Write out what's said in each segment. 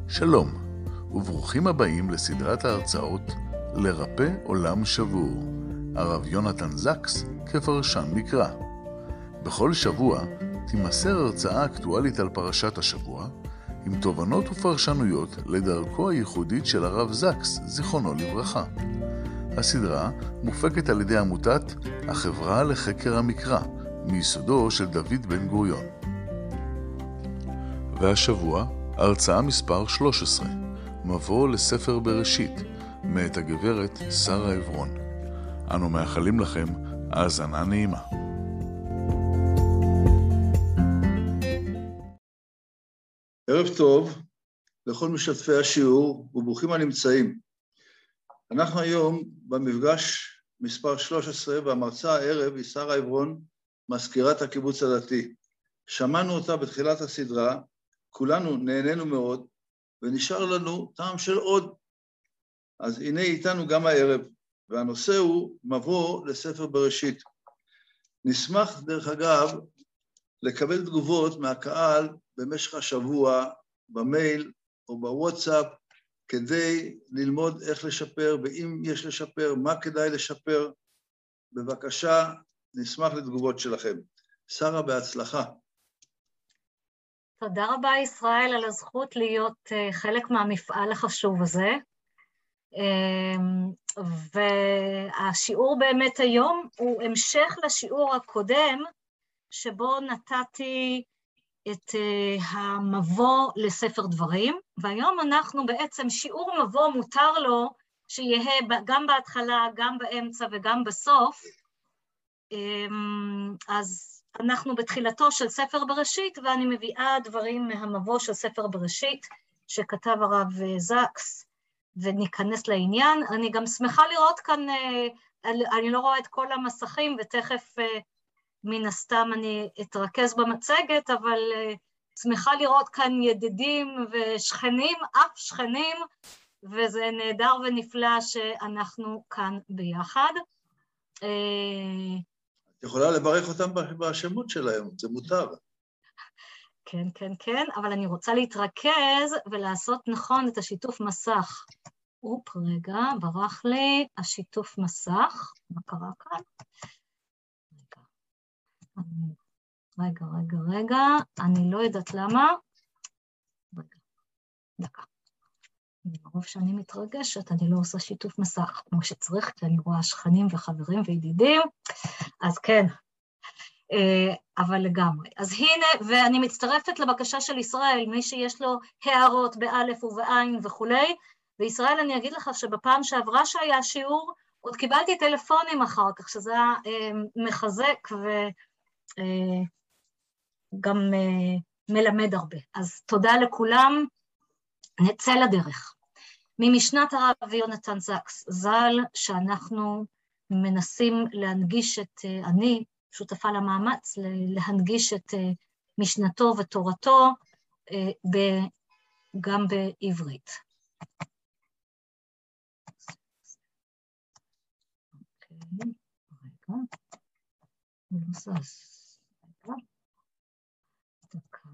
שלום, וברוכים הבאים לסדרת ההרצאות לרפא עולם שבור, הרב יונתן זקס כפרשן מקרא. בכל שבוע תימסר הרצאה אקטואלית על פרשת השבוע, עם תובנות ופרשנויות לדרכו הייחודית של הרב זקס, זיכרונו לברכה. הסדרה מופקת על ידי עמותת החברה לחקר המקרא, מיסודו של דוד בן גוריון. והשבוע, הרצאה מספר 13, מבוא לספר בראשית, מאת הגברת שרה עברון. אנו מאחלים לכם האזנה נעימה. ערב טוב לכל משתתפי השיעור וברוכים הנמצאים. אנחנו היום במפגש מספר 13, והמרצה הערב היא שרה עברון, מזכירת הקיבוץ הדתי. שמענו אותה בתחילת הסדרה, כולנו נהנינו מאוד, ונשאר לנו טעם של עוד. אז הנה איתנו גם הערב, והנושא הוא מבוא לספר בראשית. נשמח דרך אגב לקבל תגובות מהקהל במשך השבוע, במייל או בוואטסאפ, כדי ללמוד איך לשפר, ואם יש לשפר, מה כדאי לשפר. בבקשה, נשמח לתגובות שלכם. שרה, בהצלחה. תודה רבה ישראל על הזכות להיות חלק מהמפעל החשוב הזה. והשיעור באמת היום הוא המשך לשיעור הקודם, שבו נתתי את המבוא לספר דברים, והיום אנחנו בעצם, שיעור מבוא מותר לו שיהיה גם בהתחלה, גם באמצע וגם בסוף. אז אנחנו בתחילתו של ספר בראשית, ואני מביאה דברים מהמבוא של ספר בראשית, שכתב הרב זקס, וניכנס לעניין. אני גם שמחה לראות כאן, אני לא רואה את כל המסכים, ותכף מן הסתם אני אתרכז במצגת, אבל שמחה לראות כאן ידידים ושכנים, אף שכנים, וזה נהדר ונפלא שאנחנו כאן ביחד. את יכולה לברך אותם בשמות שלהם, זה מותר. כן, כן, כן, אבל אני רוצה להתרכז ולעשות נכון את השיתוף מסך. רגע, ברח לי השיתוף מסך. מה קרה כאן? רגע, אני לא יודעת למה. רגע, דקה. ברוב שאני מתרגשת, אני לא עושה שיתוף מסך כמו שצריך, כי אני רואה שכנים וחברים וידידים, אז כן, אבל לגמרי. אז הנה, ואני מצטרפת לבקשה של ישראל, מי שיש לו הערות באלף ובעין וכולי, וישראל אני אגיד לך שבפעם שעברה שהיה שיעור, עוד קיבלתי טלפונים אחר כך, שזה מחזק וגם מלמד הרבה. אז תודה לכולם, נצא לדרך. ממשנת הרב יונתן זקס ז"ל, שאנחנו מנסים להנגיש אני שותפה למאמץ, להנגיש את משנתו ותורתו, גם בעברית. אוקיי, רגע. דקה.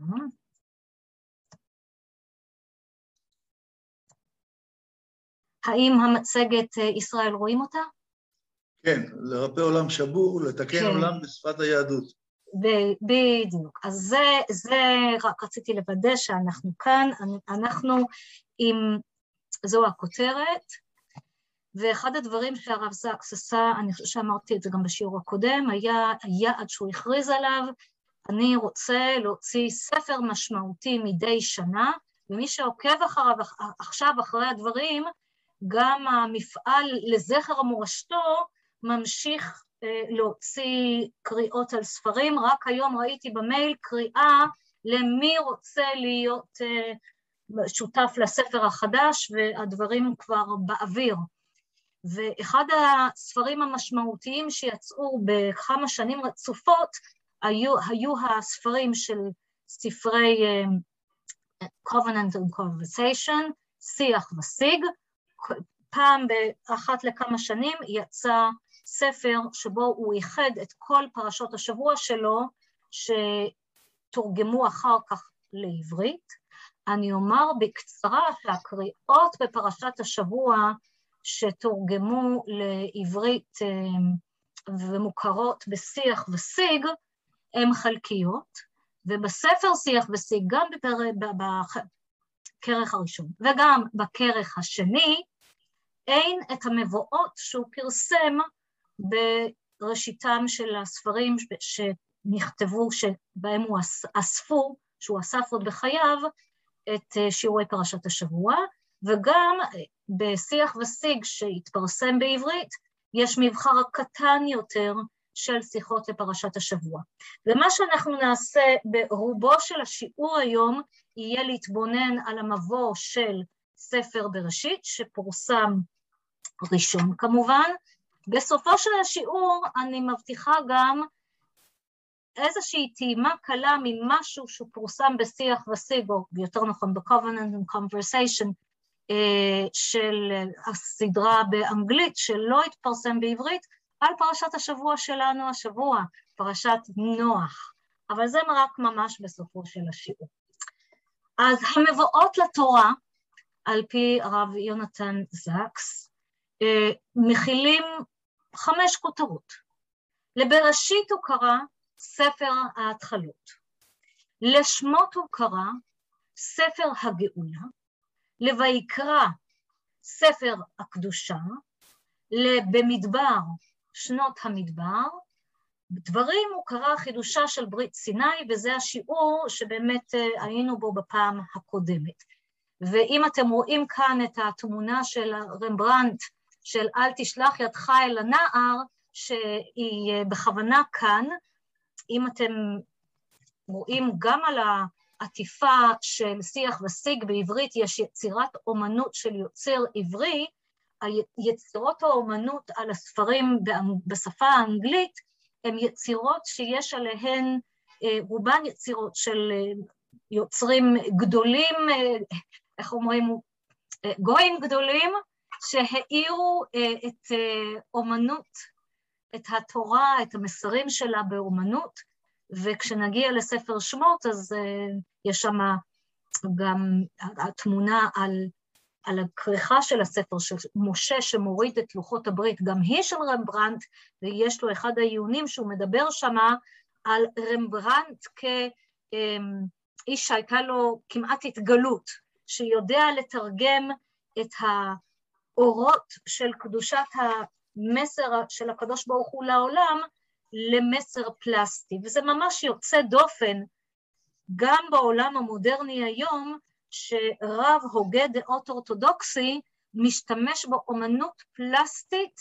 האם המצגת ישראל רואים אותה? כן, לרפא עולם שבור, לתקן כן. עולם בשפת היהדות. בדיוק, אז זה רק רציתי לוודא שאנחנו כאן, אנחנו זו הכותרת, ואחד הדברים שהרב זקס עשה, אני חושב שאמרתי את זה גם בשיעור הקודם, היה היעד שהוא הכריז עליו, אני רוצה להוציא ספר משמעותי מדי שנה, ומי שעוקב אחריו עכשיו אחרי הדברים, גם המפעל לזכר מורשתו ממשיך להוציא קריאות על ספרים. רק היום ראיתי במייל קריאה למי רוצה להיות שותף לספר החדש, והדברים כבר באוויר. ואחד הספרים המשמעותיים שיצאו בכמה שנים רצופות, היו הספרים של ספרי Covenant and Conversation, שיח ושיג. פעם באחת לכמה שנים יצא ספר שבו הוא ייחד את כל פרשות השבוע שלו, שתורגמו אחר כך לעברית, אני אומר בקצרה שהקריאות בפרשת השבוע שתורגמו לעברית ומוכרות בשיח וסיג, הן חלקיות, ובספר שיח וסיג, גם בכרך הראשון וגם בכרך השני, אין את המבואות שהוא פרסם בראשיתם של הספרים שנכתבו, שבהם הוא אספו, שהוא אסף עוד בחייו, את שיעורי פרשת השבוע, וגם בשיח וסיג שהתפרסם בעברית, יש מבחר קטן יותר של שיחות לפרשת השבוע. ומה שאנחנו נעשה ברובו של השיעור היום, יהיה להתבונן על המבוא של ספר בראשית, שפורסם ראשון כמובן. בסופו של השיעור אני מבטיחה גם איזושהי טעימה קלה ממשהו שהוא פורסם בשיח וסיג, או יותר נכון ב-Covenant and Conversation, של הסדרה באנגלית שלא התפרסם בעברית, על פרשת השבוע שלנו השבוע, פרשת נוח, אבל זה רק ממש בסופו של השיעור. אז המבואות לתורה, על פי הרב יונתן זקס, מכילים 5 כותרות. לבראשית הוא קרא ספר ההתחלות, לשמות הוא קרא ספר הגאולה, לויקרא ספר הקדושה, במדבר שנות המדבר, דברים הוא קרא חידושה של ברית סיני, וזה השיעור שבאמת היינו בו בפעם הקודמת. ואם אתם רואים כאן את התמונה של רמברנדט, של אל תשלח ידך אל הנער, שהיא בכוונה כאן, אם אתם רואים גם על העטיפה של שיח וסיג בעברית, יש יצירת אומנות של יוצר עברי, היצירות האומנות על הספרים בשפה האנגלית, הן יצירות שיש עליהן, רובן יצירות של יוצרים גדולים, איך אומרים, גויים גדולים, שהאירו את אומנות, את התורה, את המסרים שלה באומנות, וכשנגיע לספר שמות, אז יש שם גם התמונה על הכריכה של הספר של משה שמוריד את לוחות הברית, גם היא של רמברנדט, ויש לו אחד העיונים שהוא מדבר שם על רמברנדט כאיש שהייתה לו כמעט התגלות, שיודע לתרגם את האורות של קדושת המסר של הקדוש ברוך הוא לעולם, למסר פלסטי, וזה ממש יוצא דופן, גם בעולם המודרני היום, שרב הוגה דעות אורתודוקסי, משתמש באומנות פלסטית,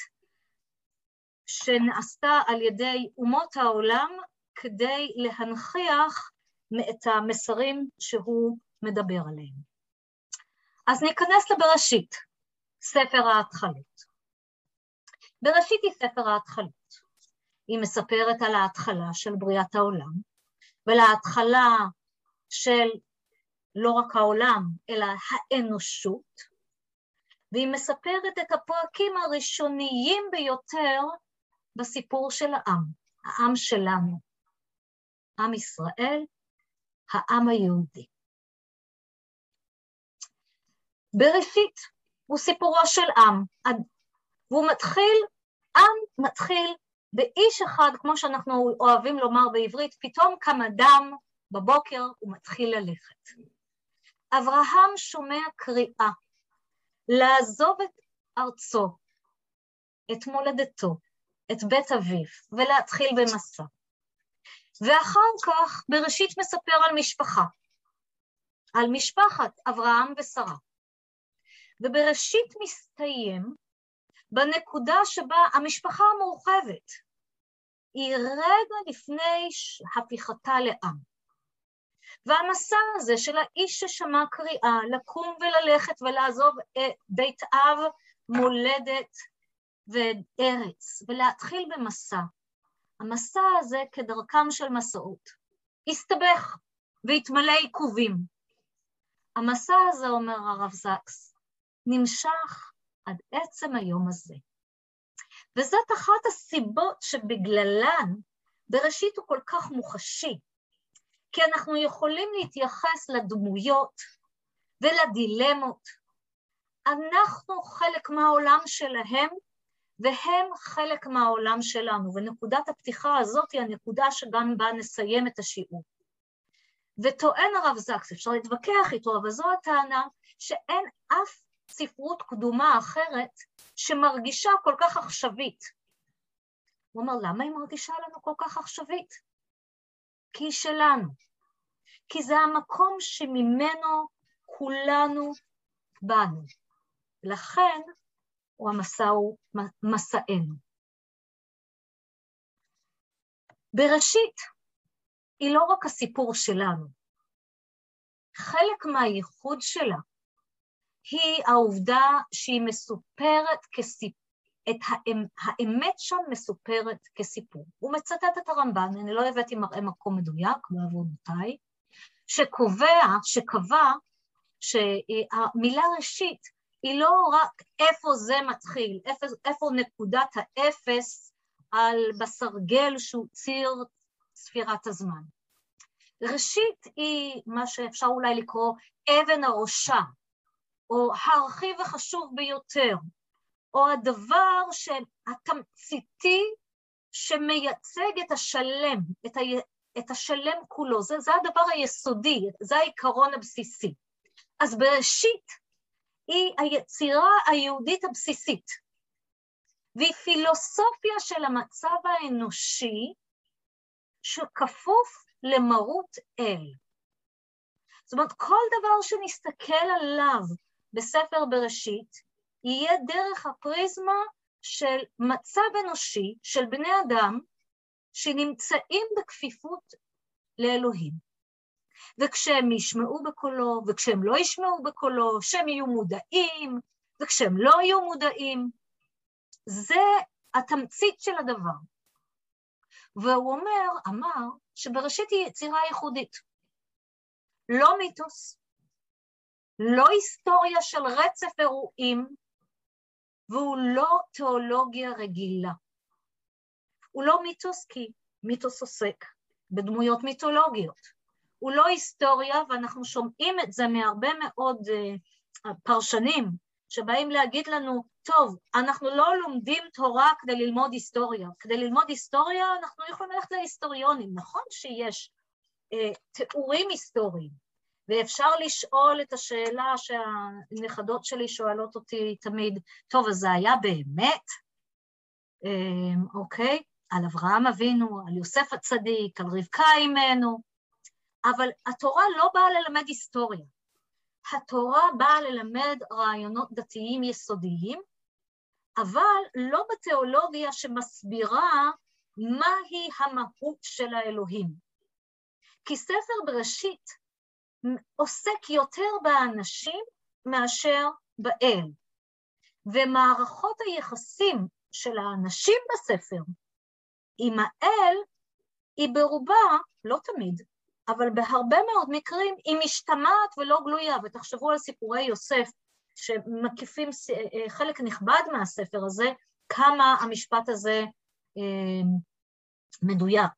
שנעשתה על ידי אומות העולם, כדי להנכיח את המסרים שהוא מדבר עליהם. אז ניכנס לבראשית, ספר ההתחלות. בראשית היא ספר ההתחלות. היא מספרת על ההתחלה של בריאת העולם, ולהתחלה של לא רק העולם, אלא האנושות, והיא מספרת את הפרקים הראשוניים ביותר בסיפור של העם שלנו, עם ישראל, העם היהודי. בראשית הוא סיפורו של עם, והוא מתחיל באיש אחד, כמו שאנחנו אוהבים לומר בעברית, פתאום קם אדם בבוקר ומתחיל ללכת. אברהם שומע קריאה לעזוב את ארצו, את מולדתו, את בית אביו, ולהתחיל במסע. ואחר כך בראשית מספר על משפחה, על משפחת אברהם ושרה. ובראשית מסתיים בנקודה שבה המשפחה המורחבת היא רגע לפני הפיכתה לעם. והמסע הזה של האיש ששמע קריאה לקום וללכת ולעזוב בית אב, מולדת וארץ, ולהתחיל במסע. המסע הזה כדרכם של מסעות, הסתבך והתמלא עיכובים. המסע הזה, אומר הרב זקס, נמשך עד עצם היום הזה. וזאת אחת הסיבות שבגללן בראשית הוא כל כך מוחשי, כי אנחנו יכולים להתייחס לדמויות ולדילמות. אנחנו חלק מהעולם שלהם, והם חלק מהעולם שלנו, ונקודת הפתיחה הזאת היא הנקודה שגם בה נסיים את השיעור. וטוען הרב זקס, אפשר להתווכח איתו, אבל זו הטענה שאין אף ספרות קדומה אחרת שמרגישה כל כך עכשווית. הוא אומר, למה היא מרגישה לנו כל כך עכשווית? כי היא שלנו. כי זה המקום שממנו כולנו באנו. לכן, המסע הוא מסענו. בראשית, היא לא רק הסיפור שלנו. חלק מהייחוד שלה היא העובדה שהיא מסופרת האמת שם מסופרת כסיפור. הוא מצטט את הרמב"ן, אני לא הבאתי מראה מקום מדויק, בעוונותיי, שקבע שהמילה ראשית היא לא רק איפה זה מתחיל, איפה נקודת האפס על בסרגל שהוא ציר ספירת הזמן. ראשית היא מה שאפשר אולי לקרוא אבן הראשה, או הרכיב החשוב ביותר, או הדבר התמציתי שמייצג את השלם, את השלם כולו, זה הדבר היסודי, זה העיקרון הבסיסי. אז בראשית היא היצירה היהודית הבסיסית, והיא פילוסופיה של המצב האנושי שכפוף למרות אל. זאת אומרת, כל דבר שנסתכל עליו בספר בראשית, יהיה דרך הפריזמה של מצב אנושי, של בני אדם, שנמצאים בכפיפות לאלוהים. וכשהם ישמעו בקולו, וכשהם לא ישמעו בקולו, שהם יהיו מודעים, וכשהם לא יהיו מודעים, זה התמצית של הדבר. והוא אמר שבראשית היא יצירה ייחודית. לא מיתוס, לא היסטוריה של רצף אירועים, והוא לא תיאולוגיה רגילה. הוא לא מיתוס כי מיתוס עוסק בדמויות מיתולוגיות. הוא לא היסטוריה, ואנחנו שומעים את זה מהרבה מאוד פרשנים, שבאים להגיד לנו, טוב, אנחנו לא לומדים תורה כדי ללמוד היסטוריה. כדי ללמוד היסטוריה אנחנו יכולים ללכת להיסטוריונים. נכון שיש תיאורים היסטוריים, ואפשר לשאול את השאלה שהנכדות שלי שואלות אותי תמיד, טוב, אז זה היה באמת? אוקיי, על אברהם אבינו, על יוסף הצדיק, על רבקה אימנו, אבל התורה לא באה ללמד היסטוריה. התורה באה ללמד רעיונות דתיים יסודיים, אבל לא בתיאולוגיה שמסבירה מהי המהות של האלוהים. כי ספר בראשית עוסק יותר באנשים מאשר באל, ומערכות היחסים של האנשים בספר עם האל היא ברובה, לא תמיד, אבל בהרבה מאוד מקרים היא משתמעת ולא גלויה, ותחשבו על סיפורי יוסף שמקיפים חלק נכבד מהספר הזה, כמה המשפט הזה מדויק.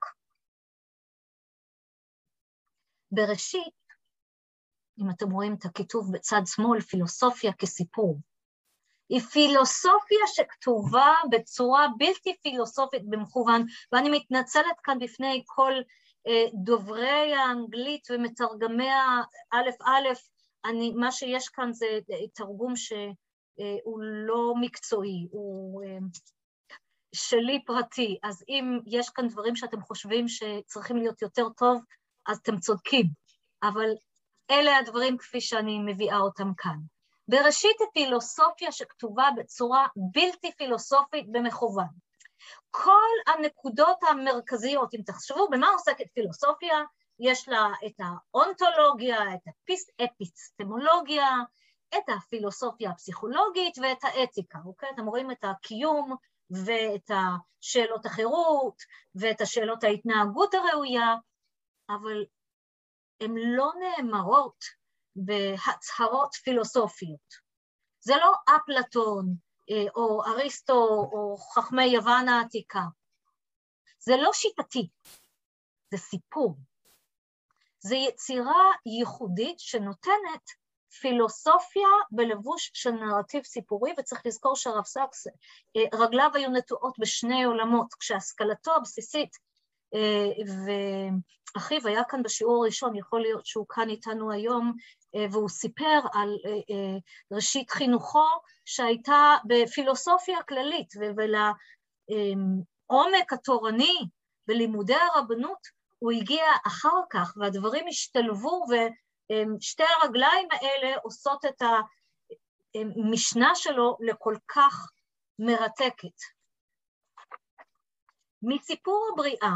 בראשית, אם אתם רואים את הכיתוב בצד שמאל, פילוסופיה כסיפור, היא פילוסופיה שכתובה בצורה בלתי פילוסופית במכוון, ואני מתנצלת כאן בפני כל דוברי האנגלית ומתרגמי א', מה שיש כאן זה תרגום שהוא לא מקצועי, הוא שלי פרטי, אז אם יש כאן דברים שאתם חושבים שצריכים להיות יותר טוב, אז אתם צודקים, אבל אלה הדברים כפי שאני מביאה אותם כאן. בראשית הפילוסופיה שכתובה בצורה בלתי פילוסופית במכוון. כל הנקודות המרכזיות, אם תחשבו במה עוסקת פילוסופיה, יש לה את האונתולוגיה, את האפיסטמולוגיה, את הפילוסופיה הפסיכולוגית ואת האתיקה, אוקיי? אתם רואים את הקיום ואת השאלות החירות ואת השאלות ההתנהגות הראויה, אבל הן לא נאמרות בהצהרות פילוסופיות. זה לא אפלטון או אריסטו או חכמי יוון העתיקה. זה לא שיטתי, זה סיפור. זה יצירה ייחודית שנותנת פילוסופיה בלבוש של נרטיב סיפורי, וצריך לזכור שהרב זקס, רגליו היו נטועות בשני עולמות, כשהשכלתו הבסיסית, ואחיו היה כאן בשיעור הראשון, יכול להיות שהוא כאן איתנו היום, והוא סיפר על ראשית חינוכו שהייתה בפילוסופיה כללית, ולעומק התורני בלימודי הרבנות הוא הגיע אחר כך, והדברים השתלבו, ושתי הרגליים האלה עושות את המשנה שלו לכל כך מרתקת. מסיפור הבריאה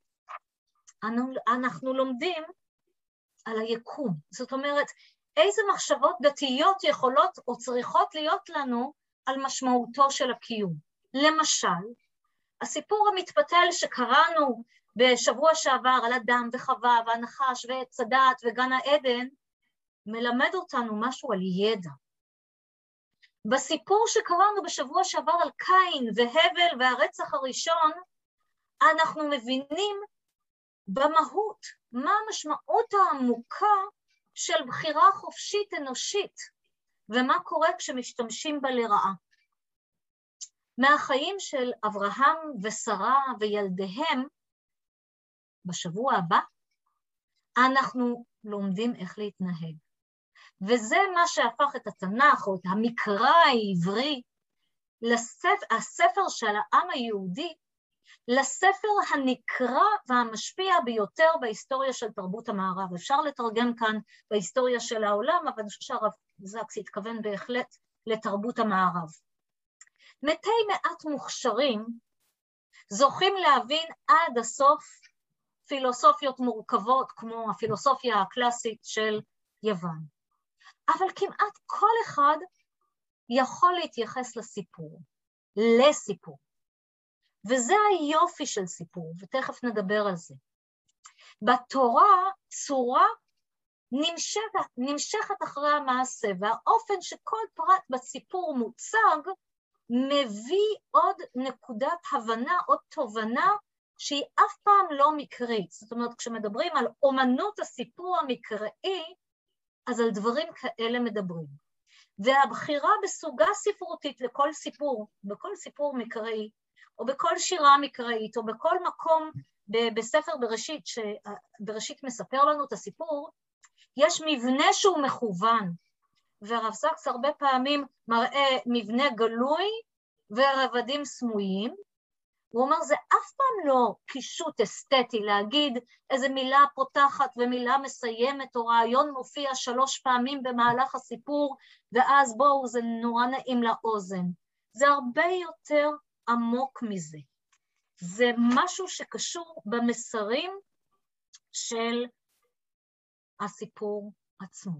אנחנו לומדים על היקום. זאת אומרת, איזה מחשבות דתיות יכולות או צריכות להיות לנו על משמעותו של הקיום. למשל, הסיפור המתפתל שקראנו בשבוע שעבר על אדם וחווה והנחש ועץ הדת וגן העדן, מלמד אותנו משהו על ידע. בסיפור שקראנו בשבוע שעבר על קין והבל והרצח הראשון, אנחנו מבינים במהות מה המשמעות העמוקה של בחירה חופשית אנושית, ומה קורה כשמשתמשים בה לרעה. מהחיים של אברהם ושרה וילדיהם, בשבוע הבא, אנחנו לומדים איך להתנהג. וזה מה שהפך את התנ"ך, או את המקרא העברי, הספר של העם היהודי, לספר הנקרא והמשפיע ביותר בהיסטוריה של תרבות המערב. אפשר לתרגם כאן בהיסטוריה של העולם, אבל אני חושב שהרב זקס התכוון בהחלט לתרבות המערב. מתי מעט מוכשרים זוכים להבין עד הסוף פילוסופיות מורכבות, כמו הפילוסופיה הקלאסית של יוון. אבל כמעט כל אחד יכול להתייחס לסיפור. וזה היופי של סיפור, ותכף נדבר על זה. בתורה צורה נמשכת אחרי המעשה, והאופן שכל פרט בסיפור מוצג, מביא עוד נקודת הבנה, עוד תובנה, שהיא אף פעם לא מקרית. זאת אומרת, כשמדברים על אומנות הסיפור המקראי, אז על דברים כאלה מדברים. והבחירה בסוגה ספרותית לכל סיפור, בכל סיפור מקראי, או בכל שירה מקראית, או בכל מקום בספר בראשית, שבראשית מספר לנו את הסיפור, יש מבנה שהוא מכוון, והרב זקס הרבה פעמים מראה מבנה גלוי ורבדים סמויים, הוא אומר, זה אף פעם לא קישוט אסתטי להגיד איזה מילה פותחת ומילה מסיימת, או רעיון מופיע 3 פעמים במהלך הסיפור, ואז בואו, זה נורא נעים לאוזן. זה הרבה יותר עמוק מזה. זה משהו שקשור במסרים של הסיפור עצמו.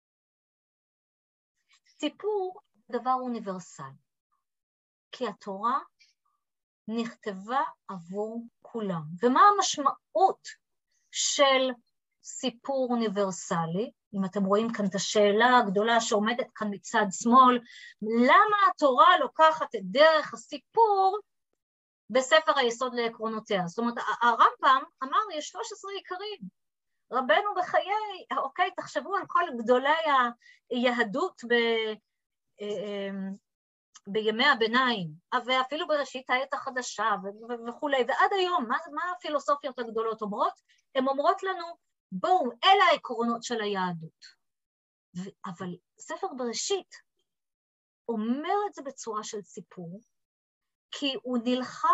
סיפור דבר אוניברסלי, כי התורה נכתבה עבור כולם. ומה המשמעות של סיפור אוניברסלי? אם אתם רואים כאן את השאלה הגדולה שעומדת כאן מצד שמאל, למה התורה לוקחת את דרך הסיפור בספר היסוד לעקרונותיה? זאת אומרת, הרמב"ם אמר, יש 13 עיקרים. רבנו בחיי, אוקיי, תחשבו על כל גדולי היהדות בימי הביניים, ואפילו בראשית העת החדשה וכו', ועד היום, מה הפילוסופיות הגדולות אומרות? הן אומרות לנו, בואו, אלה העקרונות של היהדות. אבל ספר בראשית אומר את זה בצורה של סיפור, כי הוא נלחם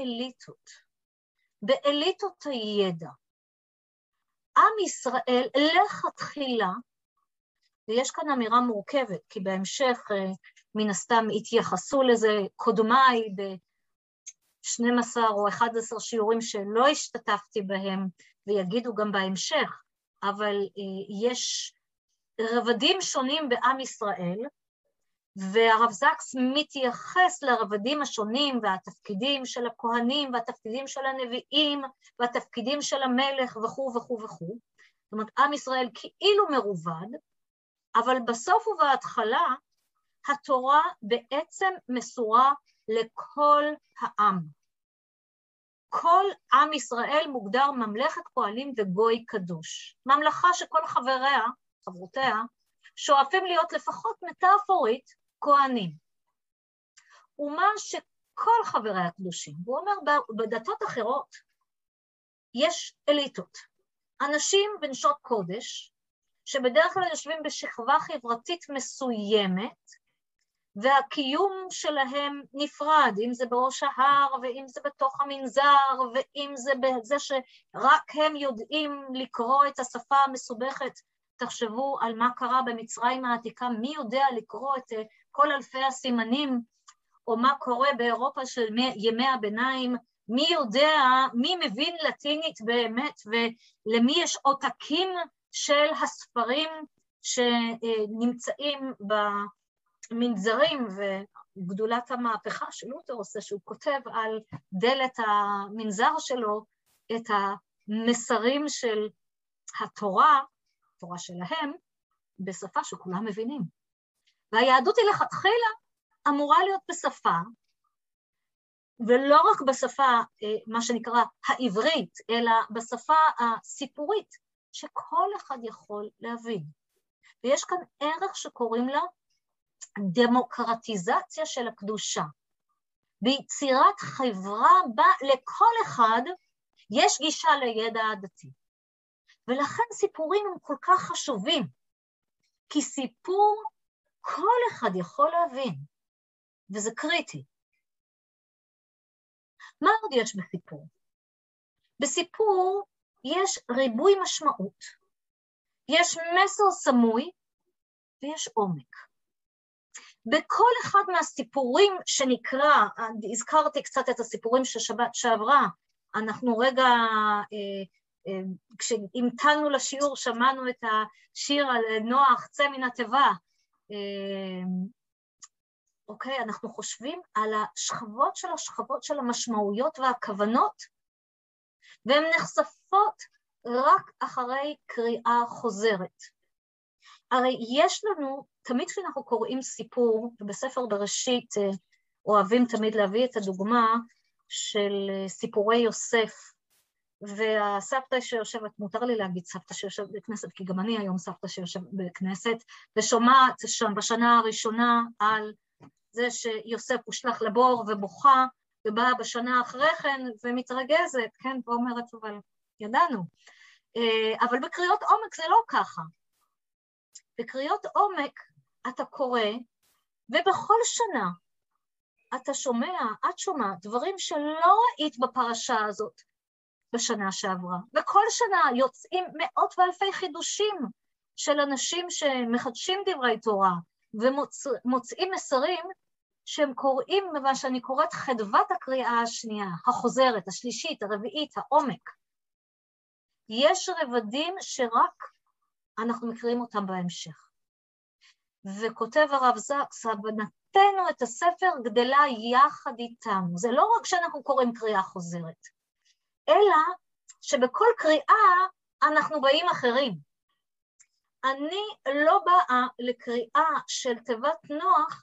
באליטות הידע. עם ישראל לכתחילה, ויש כאן אמירה מורכבת, כי בהמשך מן הסתם התייחסו לזה קודמיי ב-12 או 11 שיעורים שלא השתתפתי בהם, ויגידו גם בהמשך, אבל יש רבדים שונים בעם ישראל, והרב זקס מתייחס לרבדים השונים והתפקידים של הכהנים והתפקידים של הנביאים והתפקידים של המלך וכו' וכו' וכו'. זאת אומרת, עם ישראל כאילו מרובד, אבל בסוף ובהתחלה התורה בעצם מסורה לכל העם. כל עם ישראל מוגדר ממלכת פועלים וגוי קדוש. ממלכה שכל חברותיה, שואפים להיות לפחות מטאפורית כהנים. ומה שכל חברי הקדושים, הוא אומר בדתות אחרות, יש אליטות, אנשים ונשות קודש, שבדרך כלל יושבים בשכבה חברתית מסוימת, והקיום שלהם נפרד, אם זה בראש ההר, ואם זה בתוך המנזר, ואם זה בזה שרק הם יודעים לקרוא את השפה המסובכת. תחשבו על מה קרה במצרים העתיקה, מי יודע לקרוא את כל אלפי הסימנים, או מה קורה באירופה של ימי הביניים, מי יודע, מי מבין לטינית באמת, ולמי יש עותקים של הספרים שנמצאים במנזרים, וגדולת המהפכה של לותר עושה, שהוא כותב על דלת המנזר שלו את המסרים של התורה, התורה שלהם, בשפה שכולם מבינים. והיהדות היא לכתחילה אמורה להיות בשפה, ולא רק בשפה, מה שנקרא העברית, אלא בשפה הסיפורית, שכל אחד יכול להבין. ויש כאן ערך שקוראים לה דמוקרטיזציה של הקדושה. ביצירת חברה בה לכל אחד יש גישה לידע הדתי. ולכן סיפורים הם כל כך חשובים, כי סיפור כל אחד יכול להבין, וזה קריטי. מה עוד יש בסיפור? בסיפור יש ריבוי משמעות, יש מסר סמוי ויש עומק. בכל אחד מהסיפורים שנקרא, הזכרתי קצת את הסיפורים של שבת שעברה, אנחנו רגע, כשהמתנו לשיעור, שמענו את השיר על נוח, צא מן התיבה, אוקיי, אנחנו חושבים על השכבות של המשמעויות והכוונות, והן נחשפות רק אחרי קריאה חוזרת. הרי יש לנו, תמיד כשאנחנו קוראים סיפור, ובספר בראשית אוהבים תמיד להביא את הדוגמה של סיפורי יוסף, והסבתא שיושבת, מותר לי להגיד סבתא שיושבת בכנסת, כי גם אני היום סבתא שיושבת בכנסת, ושומעת שם בשנה הראשונה על זה שיוסף הושלח לבור ובוכה, ובאה בשנה אחרי כן ומתרגזת, כן, ואומרת, אבל ידענו. אבל בקריאות עומק זה לא ככה. בקריאות עומק אתה קורא, ובכל שנה אתה שומע, את שומעת, דברים שלא ראית בפרשה הזאת בשנה שעברה. וכל שנה יוצאים מאות ואלפי חידושים של אנשים שמחדשים דברי תורה, ומוצאים מסרים שהם קוראים מה שאני קוראת חדוות הקריאה השנייה, החוזרת, השלישית, הרביעית, העומק. יש רבדים שרק אנחנו מכירים אותם בהמשך. וכותב הרב זקס, הבנתנו את הספר גדלה יחד איתנו. זה לא רק שאנחנו קוראים קריאה חוזרת, אלא שבכל קריאה אנחנו באים אחרים. אני לא באה לקריאה של תיבת נוח,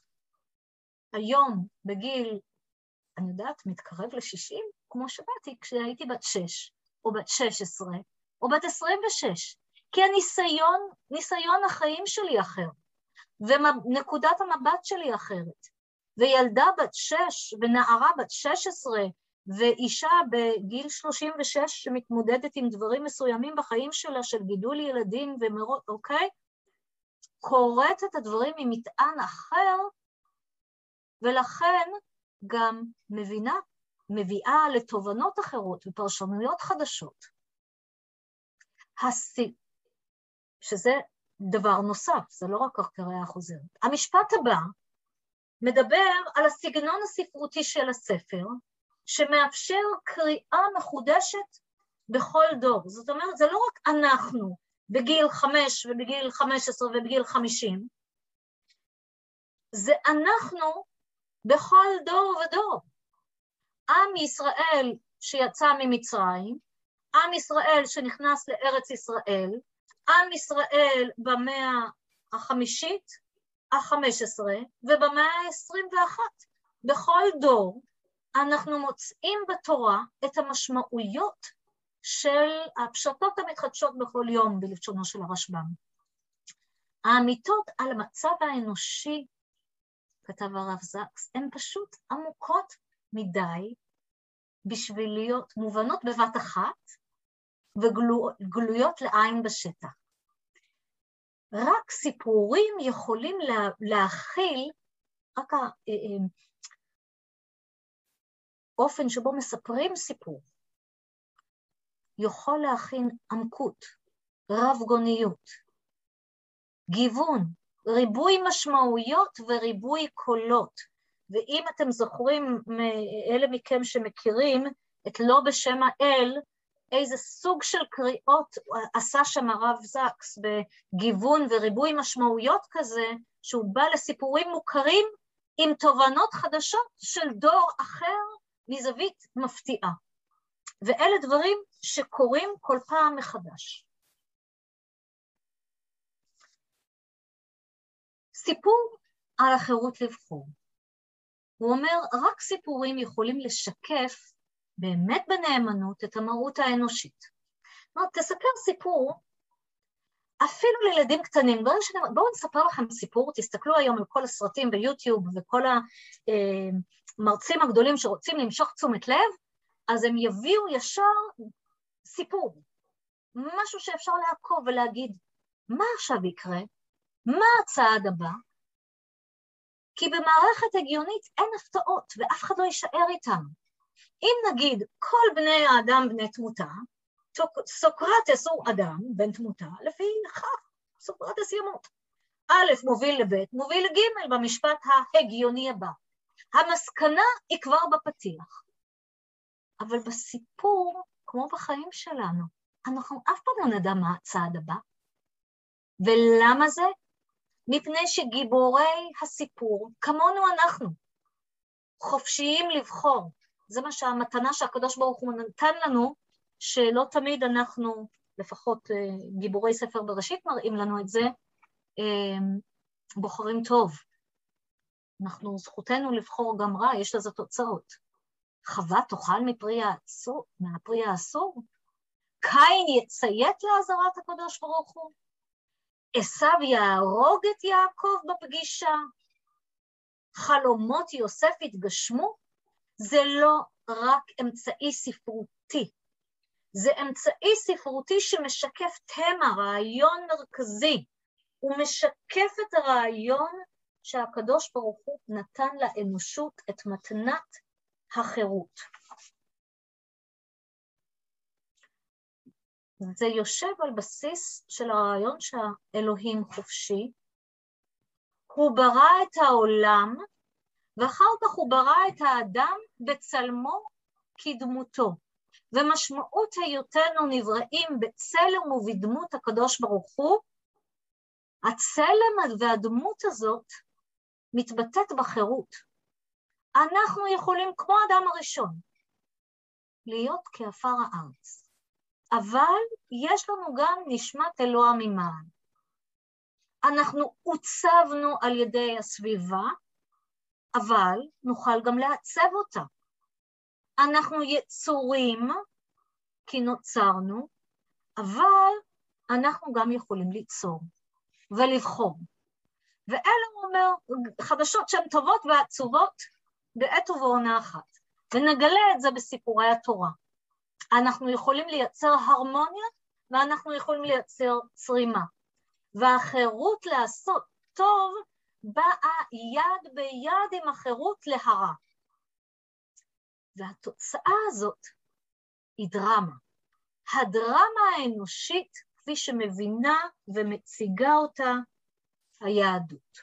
היום בגיל, אני יודעת, מתקרב ל-60, כמו שבאתי כשהייתי בת 6, או בת 16, או בת 26, כי ניסיון החיים שלי אחר, ונקודת המבט שלי אחרת, וילדה בת 6, ונערה בת 16, ואישה בגיל 36 שמתמודדת עם דברים מסוימים בחיים שלה, של גידול ילדים ומרות, אוקיי? קוראת את הדברים עם מטען אחר, ולכן גם מביאה לתובנות אחרות ופרשנויות חדשות. שזה דבר נוסף, זה לא רק הקריאה החוזרת. המשפט הבא מדבר על הסגנון הספרותי של הספר, שמאפשר קריאה מחודשת בכל דור. זאת אומרת, זה לא רק אנחנו בגיל 5 ובגיל 15 ובגיל 50, זה אנחנו בכל דור ודור. עם ישראל שיצא ממצרים, עם ישראל שנכנס לארץ ישראל, עם ישראל במאה החמישית, ה-15 ובמאה ה-21. בכל דור אנחנו מוצאים בתורה את המשמעויות של הפשטות המתחדשות בכל יום בלשונו של הרשב"ם. האמיתות על המצב האנושי, כתב הרב זקס, הן פשוט עמוקות מדי בשביל להיות מובנות בבת אחת וגלויות לעין בשטח. רק סיפורים יכולים להכיל, רק האופן שבו מספרים סיפור, יכול להכין עמקות, רב גוניות, גיוון, ריבוי משמעויות וריבוי קולות. ואם אתם זוכרים, אלה מכם שמכירים את לא בשם האל, איזה סוג של קריאות עשה שם הרב זקס בגיוון וריבוי משמעויות כזה, שהוא בא לסיפורים מוכרים עם תובנות חדשות של דור אחר מזווית מפתיעה. ואלה דברים שקורים כל פעם מחדש. סיפור על החירות לבחור. הוא אומר, רק סיפורים יכולים לשקף באמת בנאמנות את המהות האנושית. תספר סיפור, אפילו לילדים קטנים, בואו נספר לכם סיפור, תסתכלו היום על כל הסרטים ביוטיוב וכל המרצים הגדולים שרוצים למשוך תשומת לב, אז הם יביאו ישר סיפור, משהו שאפשר לעקוב ולהגיד, מה עכשיו יקרה? מה הצעד הבא? כי במערכת הגיונית אין הפתעות ואף אחד לא יישאר איתם. אם נגיד כל בני האדם בני תמותה, סוקרטס הוא אדם בן תמותה, לפי כך סוקרטס ימות. א' מוביל לב' מוביל לג' במשפט ההגיוני הבא. המסקנה היא כבר בפתיח. אבל בסיפור, כמו בחיים שלנו, אנחנו אף פעם לא נדע מה הצעד הבא. ולמה זה? מפני שגיבורי הסיפור, כמונו אנחנו, חופשיים לבחור. זה מה שהמתנה שהקדוש ברוך הוא נתן לנו, שלא תמיד אנחנו, לפחות גיבורי ספר בראשית מראים לנו את זה, בוחרים טוב. אנחנו, זכותנו לבחור גם רע, יש לזה תוצאות. חווה תאכל מהפרי האסור? קין יציית לעזרת הקדוש ברוך הוא? עשיו יהרוג את יעקב בפגישה? חלומות יוסף התגשמו? זה לא רק אמצעי ספרותי, זה אמצעי ספרותי שמשקף תמה, רעיון מרכזי, הוא משקף את הרעיון שהקדוש ברוך הוא נתן לאנושות את מתנת החירות. זה יושב על בסיס של הרעיון שהאלוהים חופשי, הוא ברא את העולם, ואחר כך הוא ברא את האדם בצלמו כדמותו. ומשמעות היותנו נבראים בצלם ובדמות הקדוש ברוך הוא, הצלם והדמות הזאת מתבטאת בחירות. אנחנו יכולים, כמו האדם הראשון, להיות כעפר הארץ. אבל יש לנו גם נשמת אלוה ממעל. אנחנו עוצבנו על ידי הסביבה, אבל נוכל גם לעצב אותה. אנחנו יצורים כי נוצרנו, אבל אנחנו גם יכולים ליצור ולבחור. ואלה הוא אומר, חדשות שהן טובות ועצובות בעת ובעונה אחת. ונגלה את זה בסיפורי התורה. אנחנו יכולים לייצר הרמוניה, ואנחנו יכולים לייצר צרימה. והחירות לעשות טוב, באה יד ביד עם החירות להרע. והתוצאה הזאת היא דרמה. הדרמה האנושית, כפי שמבינה ומציגה אותה היהדות.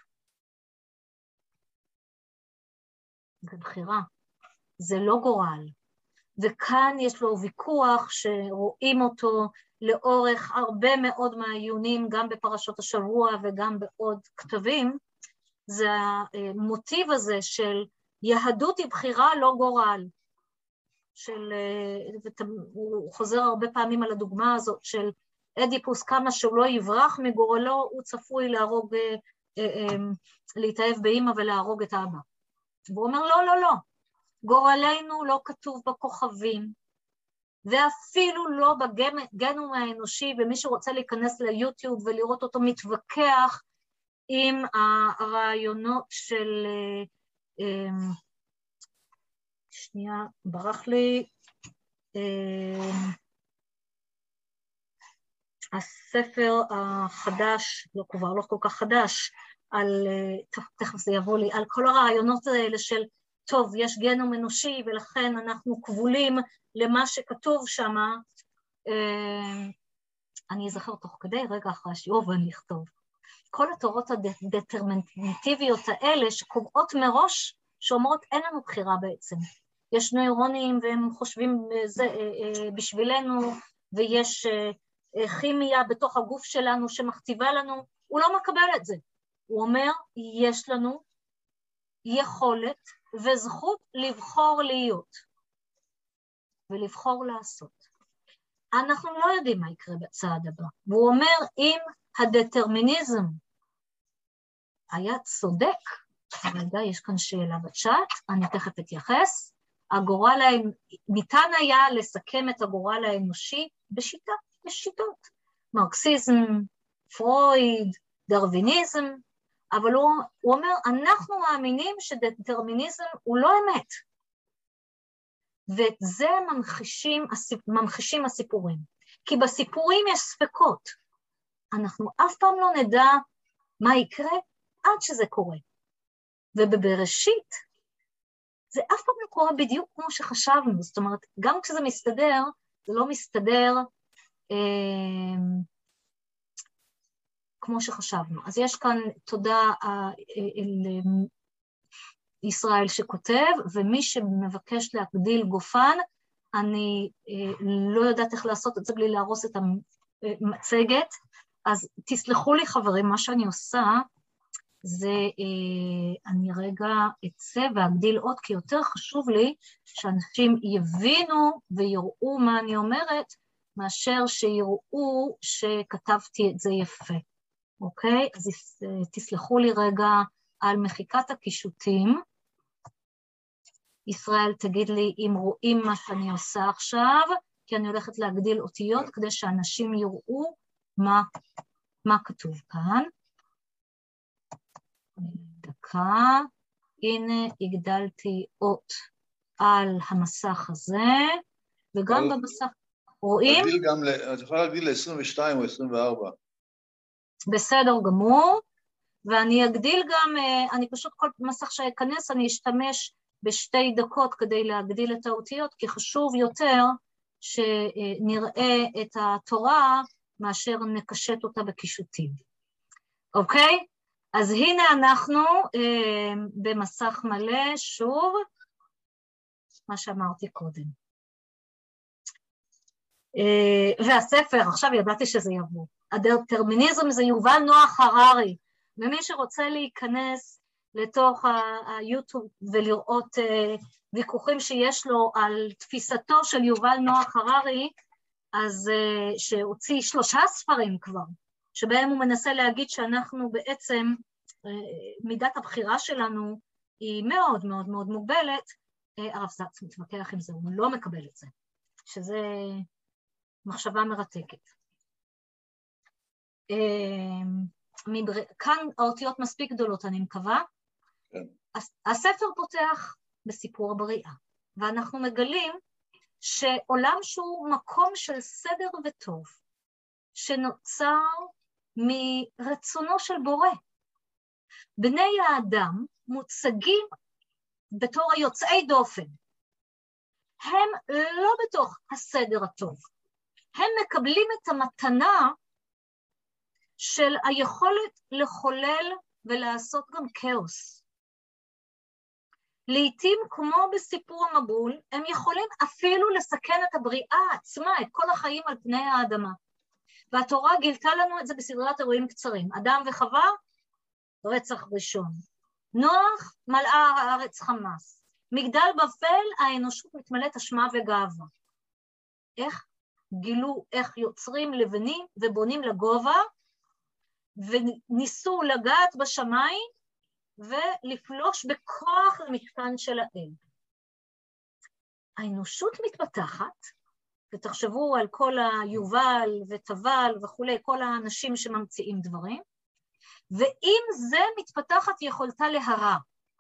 זה בחירה, זה לא גורל. וכאן יש לו ויכוח שרואים אותו לאורך הרבה מאוד מהעיונים, גם בפרשות השבוע וגם בעוד כתבים, זה המוטיב הזה של יהדות היא בחירה לא גורל. הוא חוזר הרבה פעמים על הדוגמה הזאת של אדיפוס, כמה שהוא לא יברח מגורלו, הוא צפוי להרוג, להתאהב באמא ולהרוג את האבא. והוא אומר לא, לא, לא. גורלנו לא כתוב בכוכבים, ואפילו לא בגנום האנושי, ומי שרוצה להיכנס ליוטיוב ולראות אותו מתווכח עם הרעיונות של, שנייה, ברח לי, הספר החדש, לא כבר, לא כל כך חדש, על, תכף זה יבוא לי, על כל הרעיונות האלה של, טוב, יש גנום אנושי ולכן אנחנו כבולים למה שכתוב שם, אני אזכר תוך כדי, רגע אחרי השיעור ואני אכתוב. כל התורות הדטרמינטיביות האלה שקובעות מראש, שאומרות אין לנו בחירה בעצם. יש נוירונים והם חושבים זה בשבילנו, ויש כימיה בתוך הגוף שלנו שמכתיבה לנו, הוא לא מקבל את זה. הוא אומר, יש לנו יכולת וזכות לבחור להיות, ולבחור לעשות. אנחנו לא יודעים מה יקרה בצעד הבא. והוא אומר, אם הדטרמיניזם היה צודק, רגע, יש כאן שאלה בצ'אט, אני תכף אתייחס, ניתן היה לסכם את הגורל האנושי בשיטות, מרקסיזם, פרויד, דרוויניזם, אבל הוא אומר, אנחנו מאמינים שדטרמיניזם הוא לא אמת, ואת זה ממחישים הסיפורים, כי בסיפורים יש ספקות, אנחנו אף פעם לא נדע מה יקרה עד שזה קורה, ובבראשית זה אף פעם לא קורה בדיוק כמו שחשבנו, זאת אומרת, גם כשזה מסתדר, זה לא מסתדר כמו שחשבנו. אז יש כאן תודה ישראל שכותב, ומי שמבקש להגדיל גופן, אני לא יודעת איך לעשות את זה בלי להרוס את המצגת, אז תסלחו לי חברים, מה שאני עושה, זה אני רגע אצא ואגדיל עוד, כי יותר חשוב לי שאנשים יבינו ויראו מה אני אומרת, מאשר שיראו שכתבתי את זה יפה, אוקיי? אז תסלחו לי רגע על מחיקת הקישוטים. ישראל תגיד לי אם רואים מה שאני עושה עכשיו, כי אני הולכת להגדיל אותיות כדי שאנשים יראו מה כתוב כאן. דקה, הנה הגדלתי אות על המסך הזה, וגם במסך, רואים? את יכולה להגדיל ל-22 או 24. בסדר גמור, ואני אגדיל גם, אני פשוט כל מסך שיכנס, אני אשתמש בשתי דקות כדי להגדיל את האותיות, כי חשוב יותר שנראה את התורה מאשר נקשט אותה בקישוטים. אוקיי? אז הנה אנחנו במסך מלא, שוב, מה שאמרתי קודם. והספר, עכשיו ידעתי שזה יבוא. הדטרמיניזם זה יובל נוח הררי, ומי שרוצה להיכנס לתוך היוטיוב ולראות ויכוחים שיש לו על תפיסתו של יובל נוח הררי, אז שהוציא 3 ספרים כבר, שבהם הוא מנסה להגיד שאנחנו בעצם, מידת הבחירה שלנו היא מאוד מאוד מאוד מוגבלת, הרב זקס מתווכח עם זה, הוא לא מקבל את זה, שזה מחשבה מרתקת. כאן האותיות מספיק גדולות, אני מקווה. הספר פותח בסיפור הבריאה, ואנחנו מגלים שעולם שהוא מקום של סדר וטוב, שנוצר מרצונו של בורא. בני האדם מוצגים בתור היוצאי דופן. הם לא בתוך הסדר הטוב. הם מקבלים את המתנה של היכולת לחולל ולעשות גם כאוס. לעתים, כמו בסיפור המבול, הם יכולים אפילו לסכן את הבריאה עצמה, את כל החיים על פני האדמה. והתורה גילתה לנו את זה בסדרת אירועים קצרים. אדם וחווה, רצח ראשון. נוח, מלאה הארץ חמאס. מגדל בבל, האנושות מתמלאת אשמה וגאווה. איך גילו, איך יוצרים לבנים ובונים לגובה, וניסו לגעת בשמיים, ולפלוש בכוח למשכן של האל. האנושות מתפתחת, ותחשבו על כל היובל וטבל וכולי, כל האנשים שממציאים דברים, ועם זה מתפתחת יכולתה להרע.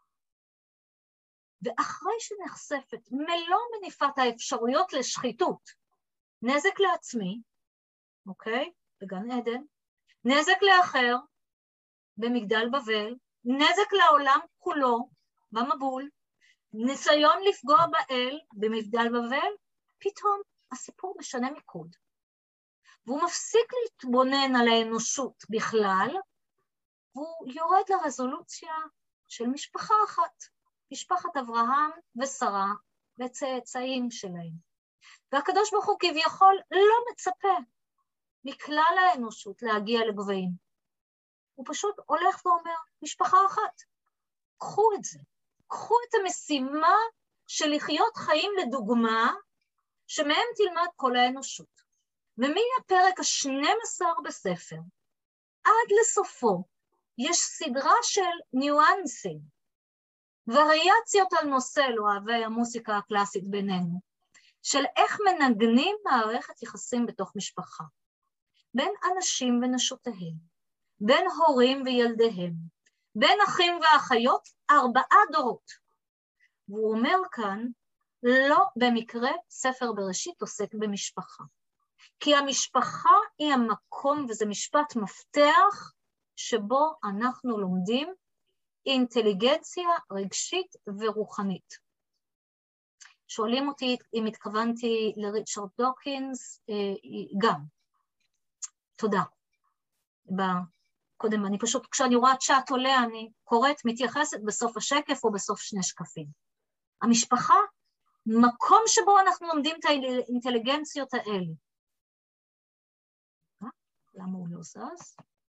ואחרי שנחשפת מלוא מניפת האפשרויות לשחיתות, נזק לעצמי, אוקיי? בגן עדן, נזק לאחר, במגדל בבל, נזק לעולם כולו, במבול, ניסיון לפגוע באל, במגדל בבל, פתאום הסיפור משנה מיקוד. והוא מפסיק להתבונן על האנושות בכלל, והוא יורד לרזולוציה של משפחה אחת, משפחת אברהם ושרה וצאצאים שלהם. והקדוש ברוך הוא כביכול לא מצפה מכלל האנושות להגיע לגבהים. הוא פשוט הולך ואומר, משפחה אחת, קחו את זה, קחו את המשימה של לחיות חיים לדוגמה, שמהם תלמד כל האנושות. ומהפרק ה-12 בספר, עד לסופו, יש סדרה של ניואנסים, וריאציות על נושא לאוהבי המוסיקה הקלאסית בינינו, של איך מנגנים מערכת יחסים בתוך משפחה, בין אנשים ונשותיהם, בין הורים וילדיהם, בין אחים ואחיות, 4 דורות. והוא אומר כאן, לא במקרה ספר בראשית עוסק במשפחה. כי המשפחה היא המקום, וזה משפט מפתח, שבו אנחנו לומדים אינטליגנציה רגשית ורוחנית. שואלים אותי אם התכוונתי לריצ'רד דוקינס, גם. תודה. קודם, אני פשוט, כשאני רואה צ'אט עולה, אני קוראת, מתייחסת בסוף השקף או בסוף 2 שקפים. המשפחה, מקום שבו אנחנו לומדים את האינטליגנציות האלה. למה הוא לא זז?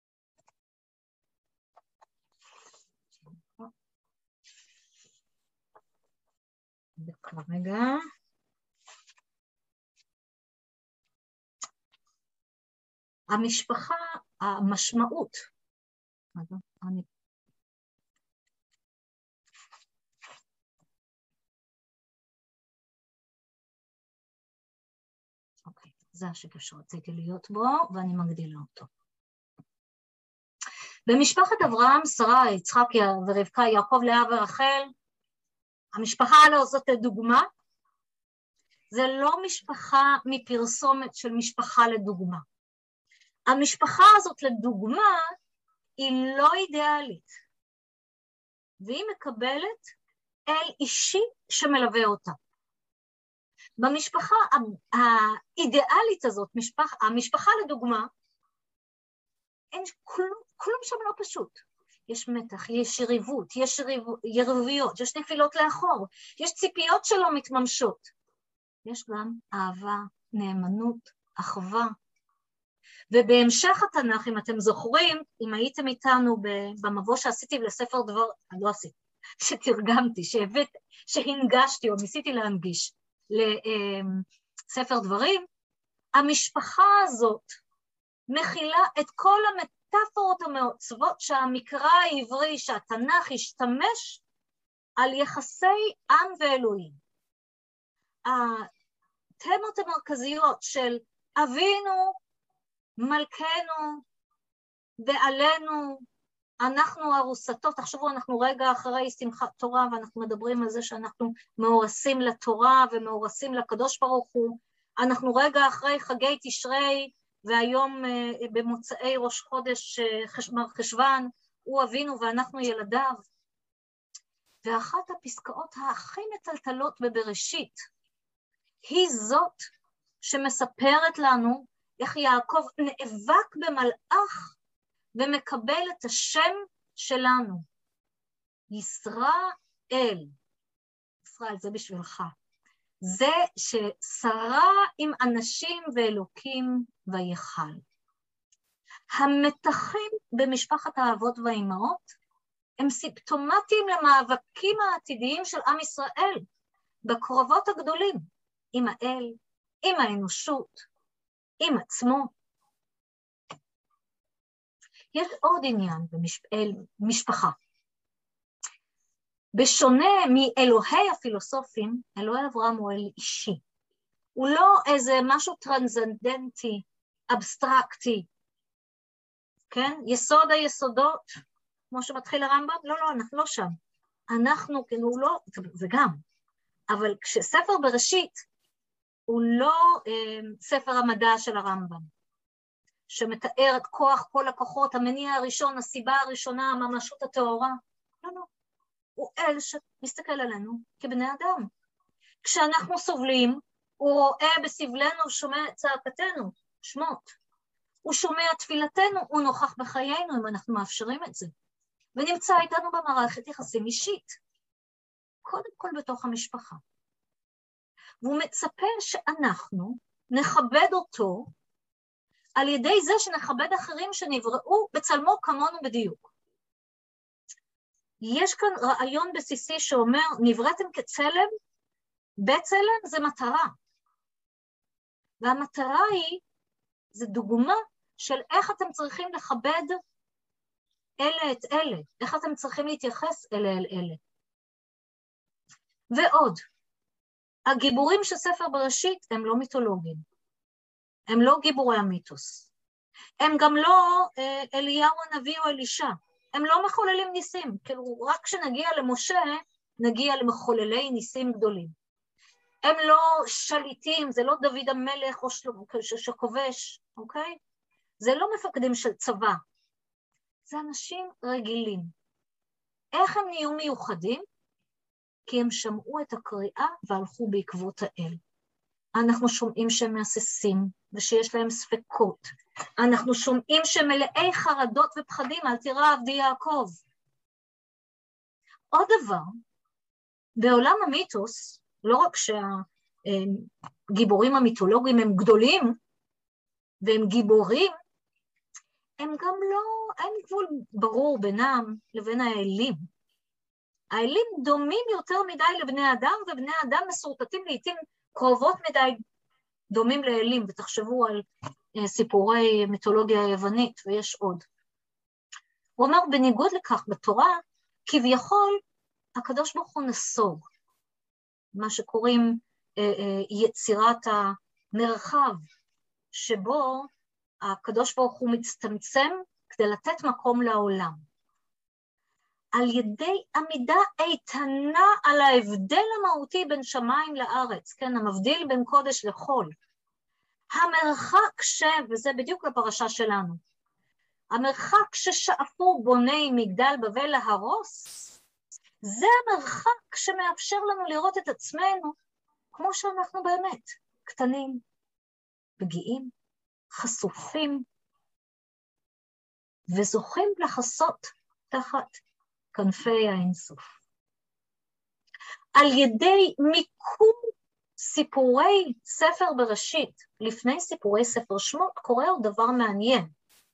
דקה רגע. המשפחה, המשמעות. אוקיי, זה השקף שרציתי להיות בו, ואני מגדילה אותו. במשפחת אברהם, שרה, יצחק ורבקה, יעקב, לאה ורחל, המשפחה לא זאת לדוגמה, זה לא משפחה מפרסומת של משפחה לדוגמה. המשפחה הזאת לדוגמה היא לא אידיאלית, והיא מקבלת אל אישי שמלווה אותה. במשפחה האידיאלית הזאת, המשפחה לדוגמה, אין כלום שם לא פשוט. יש מתח, יש יריבות, יש יריבויות, יש נפילות לאחור, יש ציפיות שלא מתממשות. יש גם אהבה, נאמנות, אחווה. ובהמשך התנ"ך, אם אתם זוכרים, אם הייתם איתנו במבוא שעשיתי לספר דבר, לא עשיתי, שתרגמתי, שהנגשתי או ניסיתי להנגיש לספר דברים, המשפחה הזאת מכילה את כל המטאפורות המעוצבות שהמקרא העברי, שהתנ"ך השתמש על יחסי עם ואלוהים. התמות המרכזיות של אבינו, מלכנו, בעלינו, אנחנו ארוסתו, תחשבו, אנחנו רגע אחרי שמחת תורה, ואנחנו מדברים על זה שאנחנו מאורסים לתורה ומאורסים לקדוש ברוך הוא, אנחנו רגע אחרי חגי תשרי, והיום במוצאי ראש חודש חשוון, הוא אבינו ואנחנו ילדיו. ואחת הפסקאות הכי מטלטלות בבראשית, היא זאת שמספרת לנו איך יעקב נאבק במלאך ומקבל את השם שלנו. ישראל, ישראל זה בשבילך. זה ששרה עם אנשים ואלוקים ויחל. המתחים במשפחת האבות והאימהות הם סימפטומטיים למאבקים העתידיים של עם ישראל, בקרבות הגדולים, עם האל, עם האנושות, עם עצמו. יש עוד עניין במשפחה. בשונה מאלוהי הפילוסופים, אלוהי אברהם הוא אל אישי. הוא לא איזה משהו טרנסצנדנטי, אבסטרקטי. כן? יסוד היסודות, כמו שמתחיל הרמב"ם, לא, אנחנו לא שם. אנחנו, כאילו, לא, זה גם. אבל כשספר בראשית, הוא לא ספר המדע של הרמב"ם, שמתאר את כוח כל הכוחות, המניע הראשון, הסיבה הראשונה, הממשות הטהורה. לא. הוא אל שמסתכל עלינו כבני אדם. כשאנחנו סובלים, הוא רואה בסבלנו, שומע את צעקתנו, שמות. הוא שומע תפילתנו, הוא נוכח בחיינו, אם אנחנו מאפשרים את זה. ונמצא איתנו במערכת יחסים אישית. קודם כל בתוך המשפחה. והוא מצפה שאנחנו נכבד אותו, על ידי זה שנכבד אחרים שנבראו בצלמו כמונו בדיוק. יש כאן רעיון בסיסי שאומר, נבראתם כצלם, בצלם זה מטרה. והמטרה היא, זה דוגמה של איך אתם צריכים לכבד אלה את אלה, איך אתם צריכים להתייחס אלה אל אלה. ועוד, הגיבורים של ספר בראשית הם לא מיתולוגיים, הם לא גיבורי המיתוס, הם גם לא אליהו הנביא או אלישע, הם לא מחוללים ניסים, כאילו רק כשנגיע למשה, נגיע למחוללי ניסים גדולים. הם לא שליטים, זה לא דוד המלך או שכובש, אוקיי? זה לא מפקדים של צבא, זה אנשים רגילים. איך הם נהיו מיוחדים? כי הם שמעו את הקריאה והלכו בעקבות האל. אנחנו שומעים שהם מהססים ושיש להם ספקות. אנחנו שומעים שהם מלאי חרדות ופחדים, אל תירא עבדי יעקב. עוד דבר, בעולם המיתוס, לא רק שהגיבורים המיתולוגיים הם גדולים, והם גיבורים, הם גם לא, אין גבול ברור בינם לבין האלים. האלים דומים יותר מדי לבני אדם, ובני אדם מסורטטים לעתים קרובות מדי דומים לאלים, ותחשבו על סיפורי מיתולוגיה היוונית, ויש עוד. הוא אומר, בניגוד לכך בתורה, כביכול הקדוש ברוך הוא נסוג, מה שקוראים יצירת המרחב, שבו הקדוש ברוך הוא מצטמצם כדי לתת מקום לעולם. על ידי עמידה איתנה על ההבדל המהותי בין שמיים לארץ, כן, המבדיל בין קודש לחול. המרחק וזה בדיוק לפרשה שלנו, המרחק ששאפו בוני מגדל בבל להרוס, זה המרחק שמאפשר לנו לראות את עצמנו כמו שאנחנו באמת, קטנים, פגיעים, חשופים, וזוכים לחסות תחת כנפי האינסוף. על ידי מיקום סיפורי ספר בראשית, לפני סיפורי ספר שמות, קורה עוד דבר מעניין.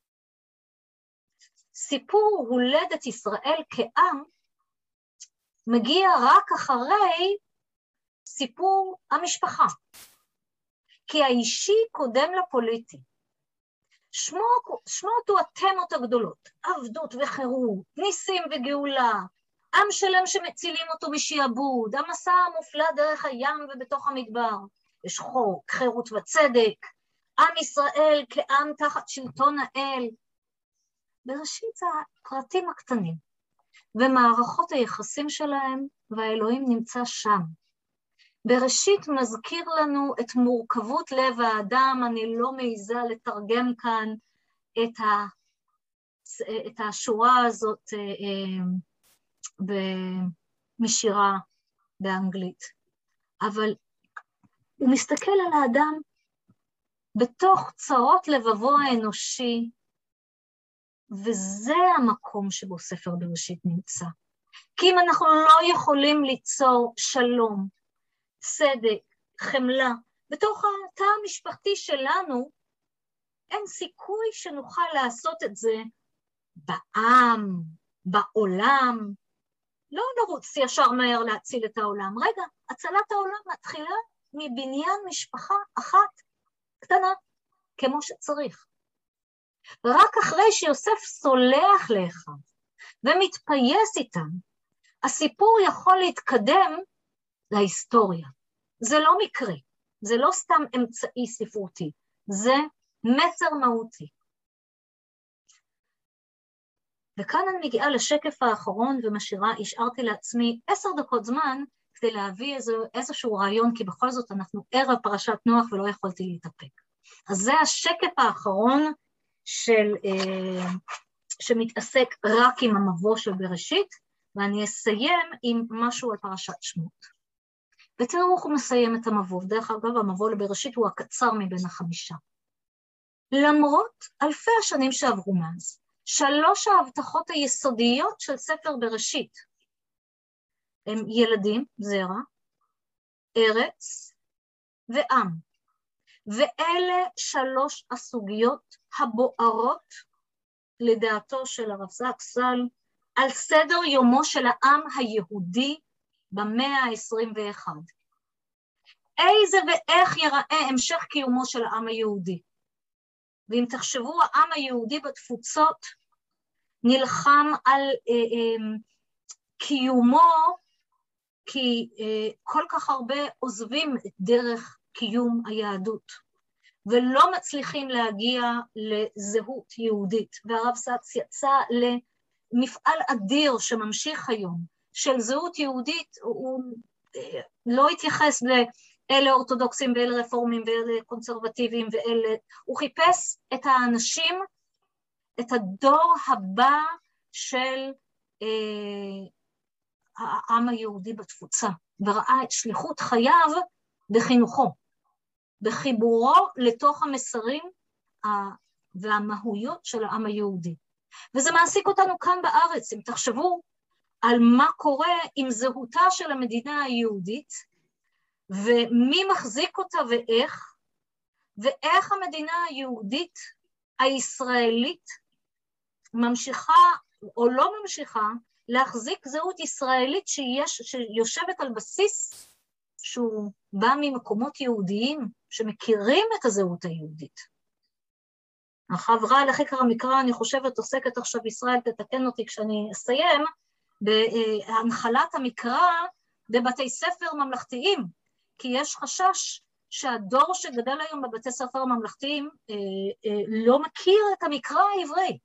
סיפור הולדת ישראל כעם, מגיע רק אחרי סיפור המשפחה. כי האישי קודם לפוליטי. שמות הוא התמות הגדולות, עבדות וחירות, ניסים וגאולה, עם שלם שמצילים אותו משעבוד, המסע המופלא דרך הים ובתוך המדבר, יש חוק, חירות וצדק, עם ישראל כעם תחת שלטון האל. בראשית זה הפרטים הקטנים, ומערכות היחסים שלהם, והאלוהים נמצא שם. בראשית מזכיר לנו את מורכבות לב האדם, אני לא מעיזה לתרגם כאן את השורה הזאת משירה באנגלית. אבל הוא מסתכל על האדם בתוך צרות לבבו האנושי, וזה המקום שבו ספר בראשית נמצא. כי אם אנחנו לא יכולים ליצור שלום, צדק, חמלה, בתוך התא המשפחתי שלנו, אין סיכוי שנוכל לעשות את זה בעם, בעולם. לא נרוץ ישר מהר להציל את העולם. רגע, הצלת העולם מתחילה מבניין משפחה אחת, קטנה, כמו שצריך. רק אחרי שיוסף סולח לאחיו ומתפייס איתם, הסיפור יכול להתקדם להיסטוריה. זה לא מקרה, זה לא סתם אמצעי ספרותי, זה מסר מהותי. וכאן אני מגיעה לשקף האחרון השארתי לעצמי 10 דקות זמן כדי להביא איזשהו רעיון, כי בכל זאת אנחנו ערב פרשת נוח ולא יכולתי להתאפק. אז זה השקף האחרון שמתעסק רק עם המבוא של בראשית, ואני אסיים עם משהו על פרשת שמות. ותראו איך הוא מסיים את המבוא. דרך אגב, המבוא לבראשית הוא הקצר מבין 5. למרות אלפי השנים שעברו מאז, 3 ההבטחות היסודיות של ספר בראשית הם ילדים, זרע, ארץ ועם. ואלה 3 הסוגיות הבוערות לדעתו של הרב זקס ז"ל על סדר יומו של העם היהודי במאה ה-21. איזה ואיך ייראה המשך קיומו של העם היהודי? ואם תחשבו, העם היהודי בתפוצות נלחם על קיומו, כי כל כך הרבה עוזבים את דרך קיום היהדות, ולא מצליחים להגיע לזהות יהודית. והרב זקס יצא למפעל אדיר שממשיך היום, של זהות יהודית. הוא לא התייחס לאלה אורתודוקסים ואלה רפורמים ואלה קונסרבטיביים ואלה, הוא חיפש את האנשים, את הדור הבא של העם היהודי בתפוצה, וראה את שליחות חייו בחינוכו, בחיבורו לתוך המסרים והמהויות של העם היהודי. וזה מעסיק אותנו כאן בארץ. אם תחשבו על מה קורה עם זהותה של המדינה היהודית, ומי מחזיק אותה ואיך המדינה היהודית הישראלית ממשיכה או לא ממשיכה להחזיק זהות ישראלית שיושבת על בסיס שהוא בא ממקומות יהודיים שמכירים את הזהות היהודית. החברה לחקר המקרא, אני חושבת, עוסקת עכשיו ישראל, תתקן אותי כשאני אסיים, בהנחלת המקרא בבתי ספר ממלכתיים, כי יש חשש שהדור שגדל היום בבתי ספר ממלכתיים לא מכיר את המקרא העברי.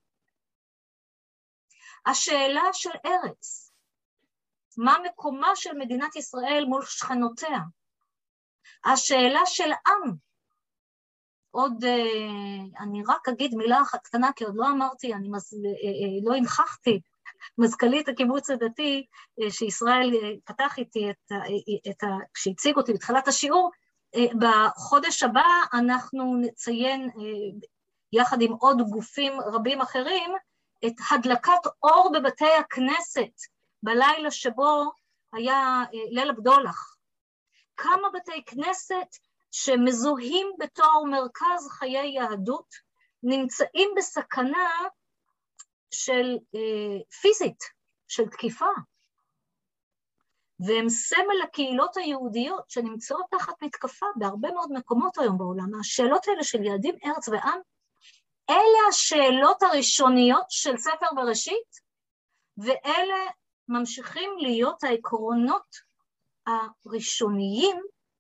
השאלה של ארץ, מה מקומה של מדינת ישראל מול שכנותיה? השאלה של עם, עוד, אני רק אגיד מילה אחת קטנה, כי עוד לא אמרתי, אני לא הנכחתי, מזכ"לית הקיבוץ הדתי, שישראל פתח איתי כשהציג אותי בתחילת השיעור, בחודש הבא אנחנו נציין, יחד עם עוד גופים רבים אחרים, את הדלקת אור בבתי הכנסת, בלילה שבו היה ליל הבדולח. כמה בתי כנסת שמזוהים בתור מרכז חיי יהדות, נמצאים בסכנה של פיזית, של תקיפה. והם סמל לקהילות היהודיות שנמצאות תחת מתקפה בהרבה מאוד מקומות היום בעולם. השאלות האלה של יהודים, ארץ ועם, אלה השאלות הראשוניות של ספר בראשית, ואלה ממשיכים להיות העקרונות הראשוניים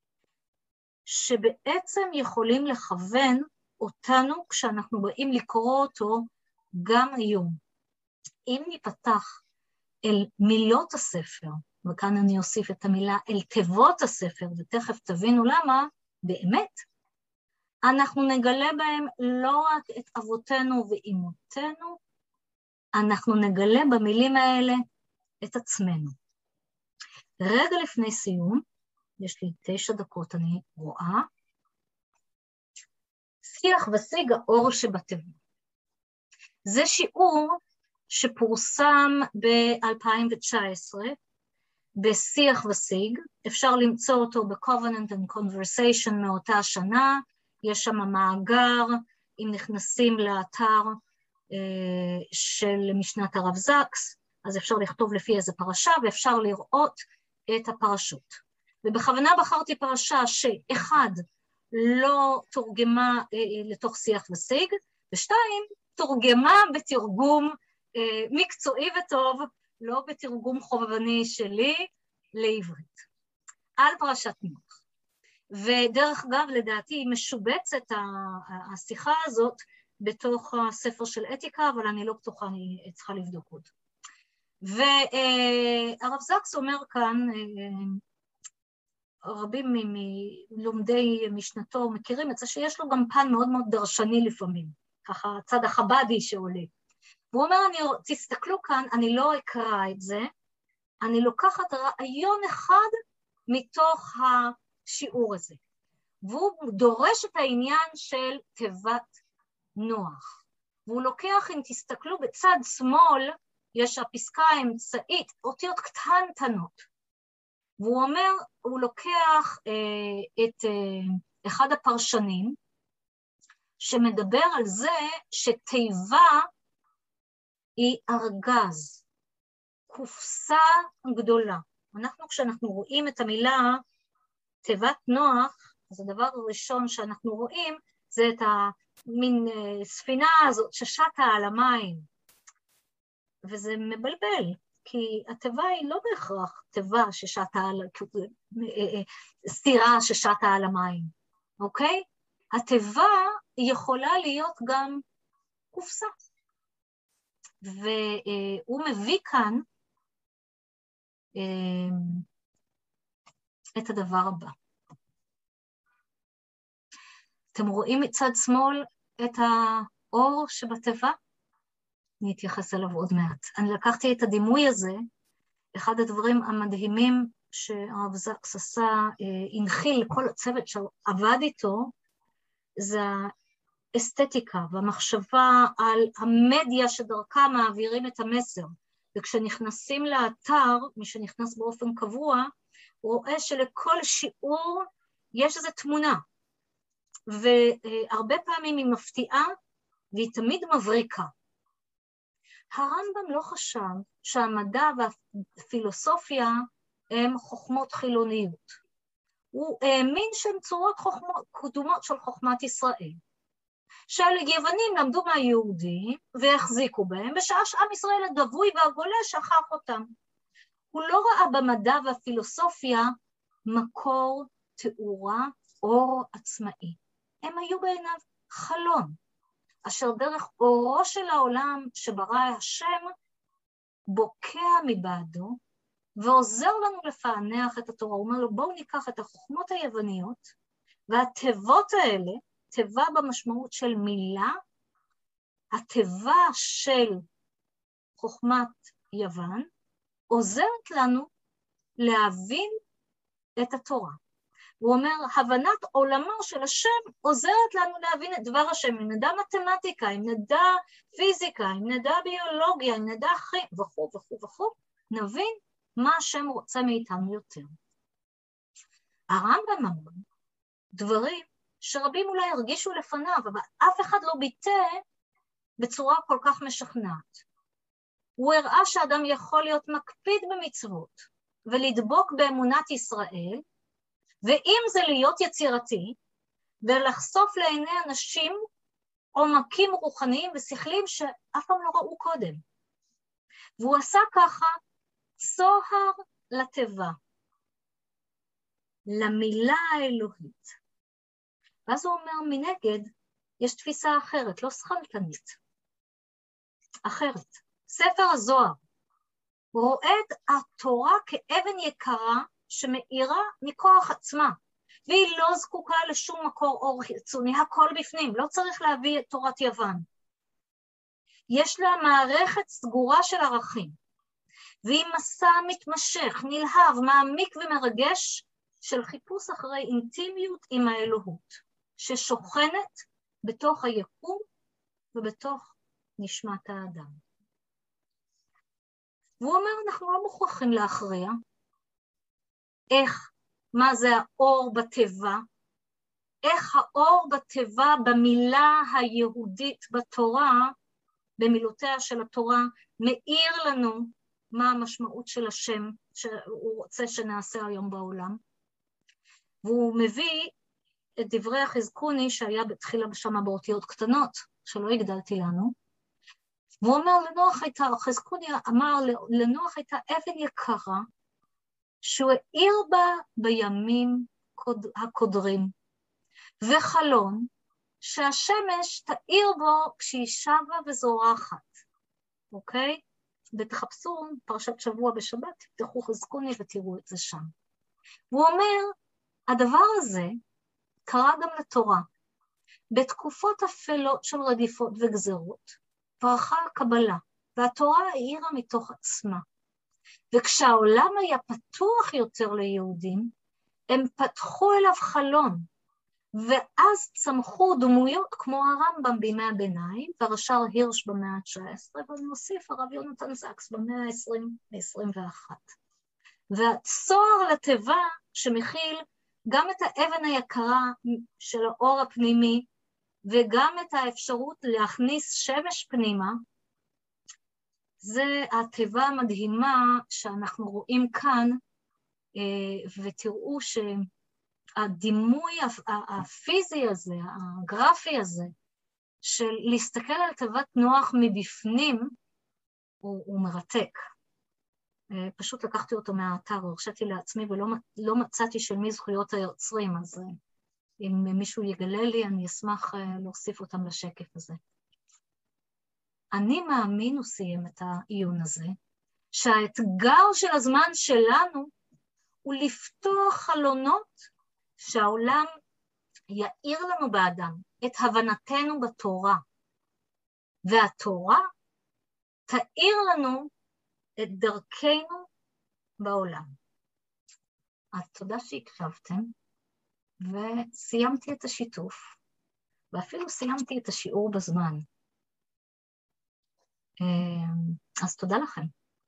שבעצם יכולים לכוון אותנו כשאנחנו באים לקרוא אותו גם היום. אם ניפתח אל מילות הספר, וכאן אני אוסיף את המילה אל תיבות הספר, ותכף תבינו למה, באמת, אנחנו נגלה בהם לא רק את אבותינו ואימותינו, אנחנו נגלה במילים האלה את עצמנו. רגע לפני סיום, יש לי 9 דקות אני רואה, שיח ושיג האור שבתיבה. זה שיעור שפורסם ב-2019, בשיח ושיג, אפשר למצוא אותו ב-Covenant and Conversation מאותה השנה, יש שם מאגר, אם נכנסים לאתר של משנת הרב זקס, אז אפשר לכתוב לפי איזה פרשה, ואפשר לראות את הפרשות. ובכוונה בחרתי פרשה שאחד, לא תורגמה לתוך שיח ושיג, ושתיים, תורגמה בתרגום מקצועי וטוב, לא בתרגום חובבני שלי, לעברית. על פרשת נוח. ודרך אגב, לדעתי, היא משובצת השיחה הזאת בתוך הספר של אתיקה, אבל אני לא בטוחה, אני צריכה לבדוק עוד. והרב זקס אומר כאן, רבים מלומדי משנתו מכירים את זה, שיש לו גם פן מאוד מאוד דרשני לפעמים, ככה הצד החבדי שעולה. והוא אומר, תסתכלו כאן, אני לא אקרא את זה, אני לוקחת רעיון אחד מתוך השיעור הזה, והוא דורש את העניין של תיבת נוח. והוא לוקח, אם תסתכלו בצד שמאל, יש הפסקה האמצעית, אותיות קטנטנות. והוא אומר, הוא לוקח את אחד הפרשנים, שמדבר על זה שתיבה היא ארגז, קופסה גדולה. כשאנחנו רואים את המילה תיבת נוח, אז הדבר הראשון שאנחנו רואים, זה את המין ספינה הזאת ששטה על המים. וזה מבלבל, כי התיבה היא לא בהכרח תיבה ששטה על, סתירה ששטה על המים, אוקיי? התיבה יכולה להיות גם קופסה. והוא מביא כאן את הדבר הבא. אתם רואים מצד שמאל את האור שבתיבה? אני אתייחס אליו עוד מעט. אני לקחתי את הדימוי הזה, אחד הדברים המדהימים שהרב זקס עשה, הנחיל לכל הצוות שעבד איתו, זה האסתטיקה והמחשבה על המדיה שדרכה מעבירים את המסר. וכשנכנסים לאתר, מי שנכנס באופן קבוע, הוא רואה שלכל שיעור יש איזו תמונה. והרבה פעמים היא מפתיעה, והיא תמיד מבריקה. הרמב"ם לא חשב שהמדע והפילוסופיה הם חוכמות חילוניות. הוא האמין שהן צורות קדומות של חוכמת ישראל. שהיוונים למדו מהיהודים והחזיקו בהם, בשעה שעם ישראל הדבוי והגולה שכח אותם. הוא לא ראה במדע והפילוסופיה מקור תאורה, אור עצמאי. הם היו בעיניו חלון, אשר דרך אורו של העולם שברא השם, בוקע מבעדו, ועוזר לנו לפענח את התורה. הוא אומר לו, בואו ניקח את החוכמות היווניות, והתיבות האלה, תיבה במשמעות של מילה, התיבה של חוכמת יוון, עוזרת לנו להבין את התורה. הוא אומר, הבנת עולמו של השם עוזרת לנו להבין את דבר השם. אם נדע מתמטיקה, אם נדע פיזיקה, אם נדע ביולוגיה, אם נדע וכו' וכו' וכו', נבין מה השם רוצה מאיתנו יותר. הרמב"ם אמר דברים שרבים אולי הרגישו לפניו, אבל אף אחד לא ביטא בצורה כל כך משכנעת. הוא הראה שאדם יכול להיות מקפיד במצוות ולדבוק באמונת ישראל, ואם זה להיות יצירתי, ולחשוף לעיני אנשים עומקים רוחניים ושכליים שאף פעם לא ראו קודם. והוא עשה ככה צוהר לתיבה, למילה האלוהית. ואז הוא אומר, מנגד, יש תפיסה אחרת, לא שכלתנית, אחרת. ספר הזוהר רואה את התורה כאבן יקרה, שמאירה מכוח עצמה, והיא לא זקוקה לשום מקור אור חיצוני, הכל בפנים, לא צריך להביא את תורת יוון. יש לה מערכת סגורה של ערכים, והיא מסע מתמשך, נלהב, מעמיק ומרגש, של חיפוש אחרי אינטימיות עם האלוהות, ששוכנת בתוך היקום ובתוך נשמת האדם. והוא אומר, אנחנו לא מוכרחים להכריע, מה זה האור בתיבה, איך האור בתיבה במילה היהודית בתורה, במילותיה של התורה, מאיר לנו מה המשמעות של השם שהוא רוצה שנעשה היום בעולם. והוא מביא את דברי החזקוני שהיה בתחילה שם באותיות קטנות, שלא הגדלתי לנו, והוא אומר לנוח הייתה, החזקוני אמר לנוח הייתה אבן יקרה, שהוא העיר בה בימים הקודרים, וחלון שהשמש תאיר בו כשהיא שבה וזורחת, אוקיי? ותחפשו פרשת שבוע בשבת, תפתחו חזקוני ותראו את זה שם. הוא אומר, הדבר הזה קרה גם לתורה. בתקופות אפלות של רדיפות וגזרות, פרחה הקבלה, והתורה האירה מתוך עצמה. וכשהעולם היה פתוח יותר ליהודים, הם פתחו אליו חלון, ואז צמחו דמויות כמו הרמב"ם בימי הביניים, והרש"ר הירש במאה ה-19, ונוסיף הרב יונתן זקס במאה ה-20-21. והצוהר לתיבה שמכיל גם את האבן היקרה של האור הפנימי, וגם את האפשרות להכניס שמש פנימה, זה התיבה המדהימה שאנחנו רואים כאן, ותראו שהדימוי הפיזי הזה, הגרפי הזה, של להסתכל על תיבת נוח מבפנים, הוא מרתק. פשוט לקחתי אותו מהאתר, הרשיתי לעצמי ולא מצאתי של מי זכויות היוצרים, אז אם מישהו יגלה לי, אני אשמח להוסיף אותם לשקף הזה. אני מאמין, הוא סיים את העיון הזה, שהאתגר של הזמן שלנו הוא לפתוח חלונות שהעולם יאיר לנו באדם את הבנתנו בתורה, והתורה תאיר לנו את דרכנו בעולם. אז תודה שהקשבתם, וסיימתי את השיתוף, ואפילו סיימתי את השיעור בזמן. אז תודה לכם.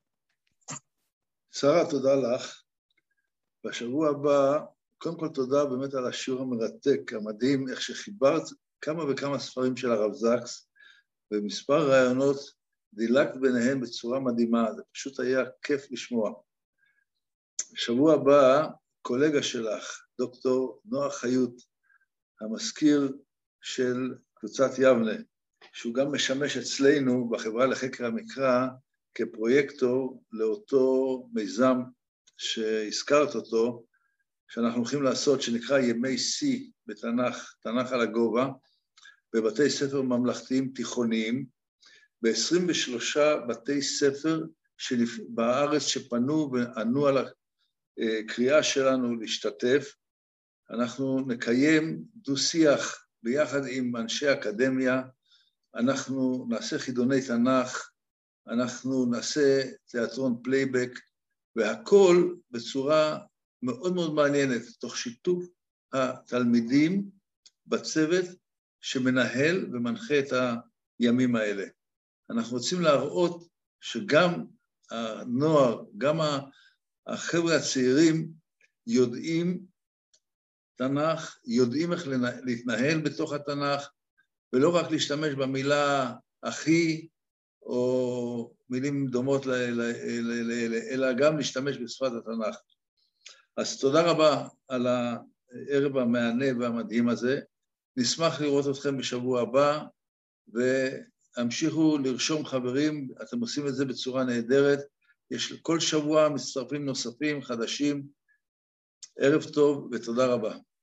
שרה, תודה לך. בשבוע הבא, קודם כל תודה באמת על השיעור המרתק, המדהים, איך שחיברת כמה וכמה ספרים של הרב זקס, ומספר רעיונות דילגת ביניהם בצורה מדהימה, זה פשוט היה כיף לשמוע. בשבוע הבא, קולגה שלך, דוקטור נוח חיות, המזכיר של קבוצת יבנה, שהוא גם משמש אצלנו בחברה לחקר המקרא כפרויקטור לאותו מיזם שהזכרת אותו, שאנחנו הולכים לעשות, שנקרא ימי שיא בתנ"ך, תנ"ך על הגובה, בבתי ספר ממלכתיים תיכוניים, ב-23 בתי ספר בארץ שפנו וענו על הקריאה שלנו להשתתף. אנחנו נקיים דו-שיח ביחד עם אנשי אקדמיה, אנחנו נעשה חידוני תנ"ך, אנחנו נעשה תיאטרון פלייבק, והכל בצורה מאוד מאוד מעניינת, תוך שיתוף התלמידים בצוות שמנהל ומנחה את הימים האלה. אנחנו רוצים להראות שגם הנוער, גם החבר'ה הצעירים יודעים תנ"ך, יודעים איך להתנהל בתוך התנ"ך, ולא רק להשתמש במילה אחי, או מילים דומות, אלא גם להשתמש בשפת התנ"ך. אז תודה רבה על הערב המענה והמדהים הזה. נשמח לראות אתכם בשבוע הבא, והמשיכו לרשום חברים, אתם עושים את זה בצורה נהדרת. יש כל שבוע מצטרפים נוספים, חדשים. ערב טוב ותודה רבה.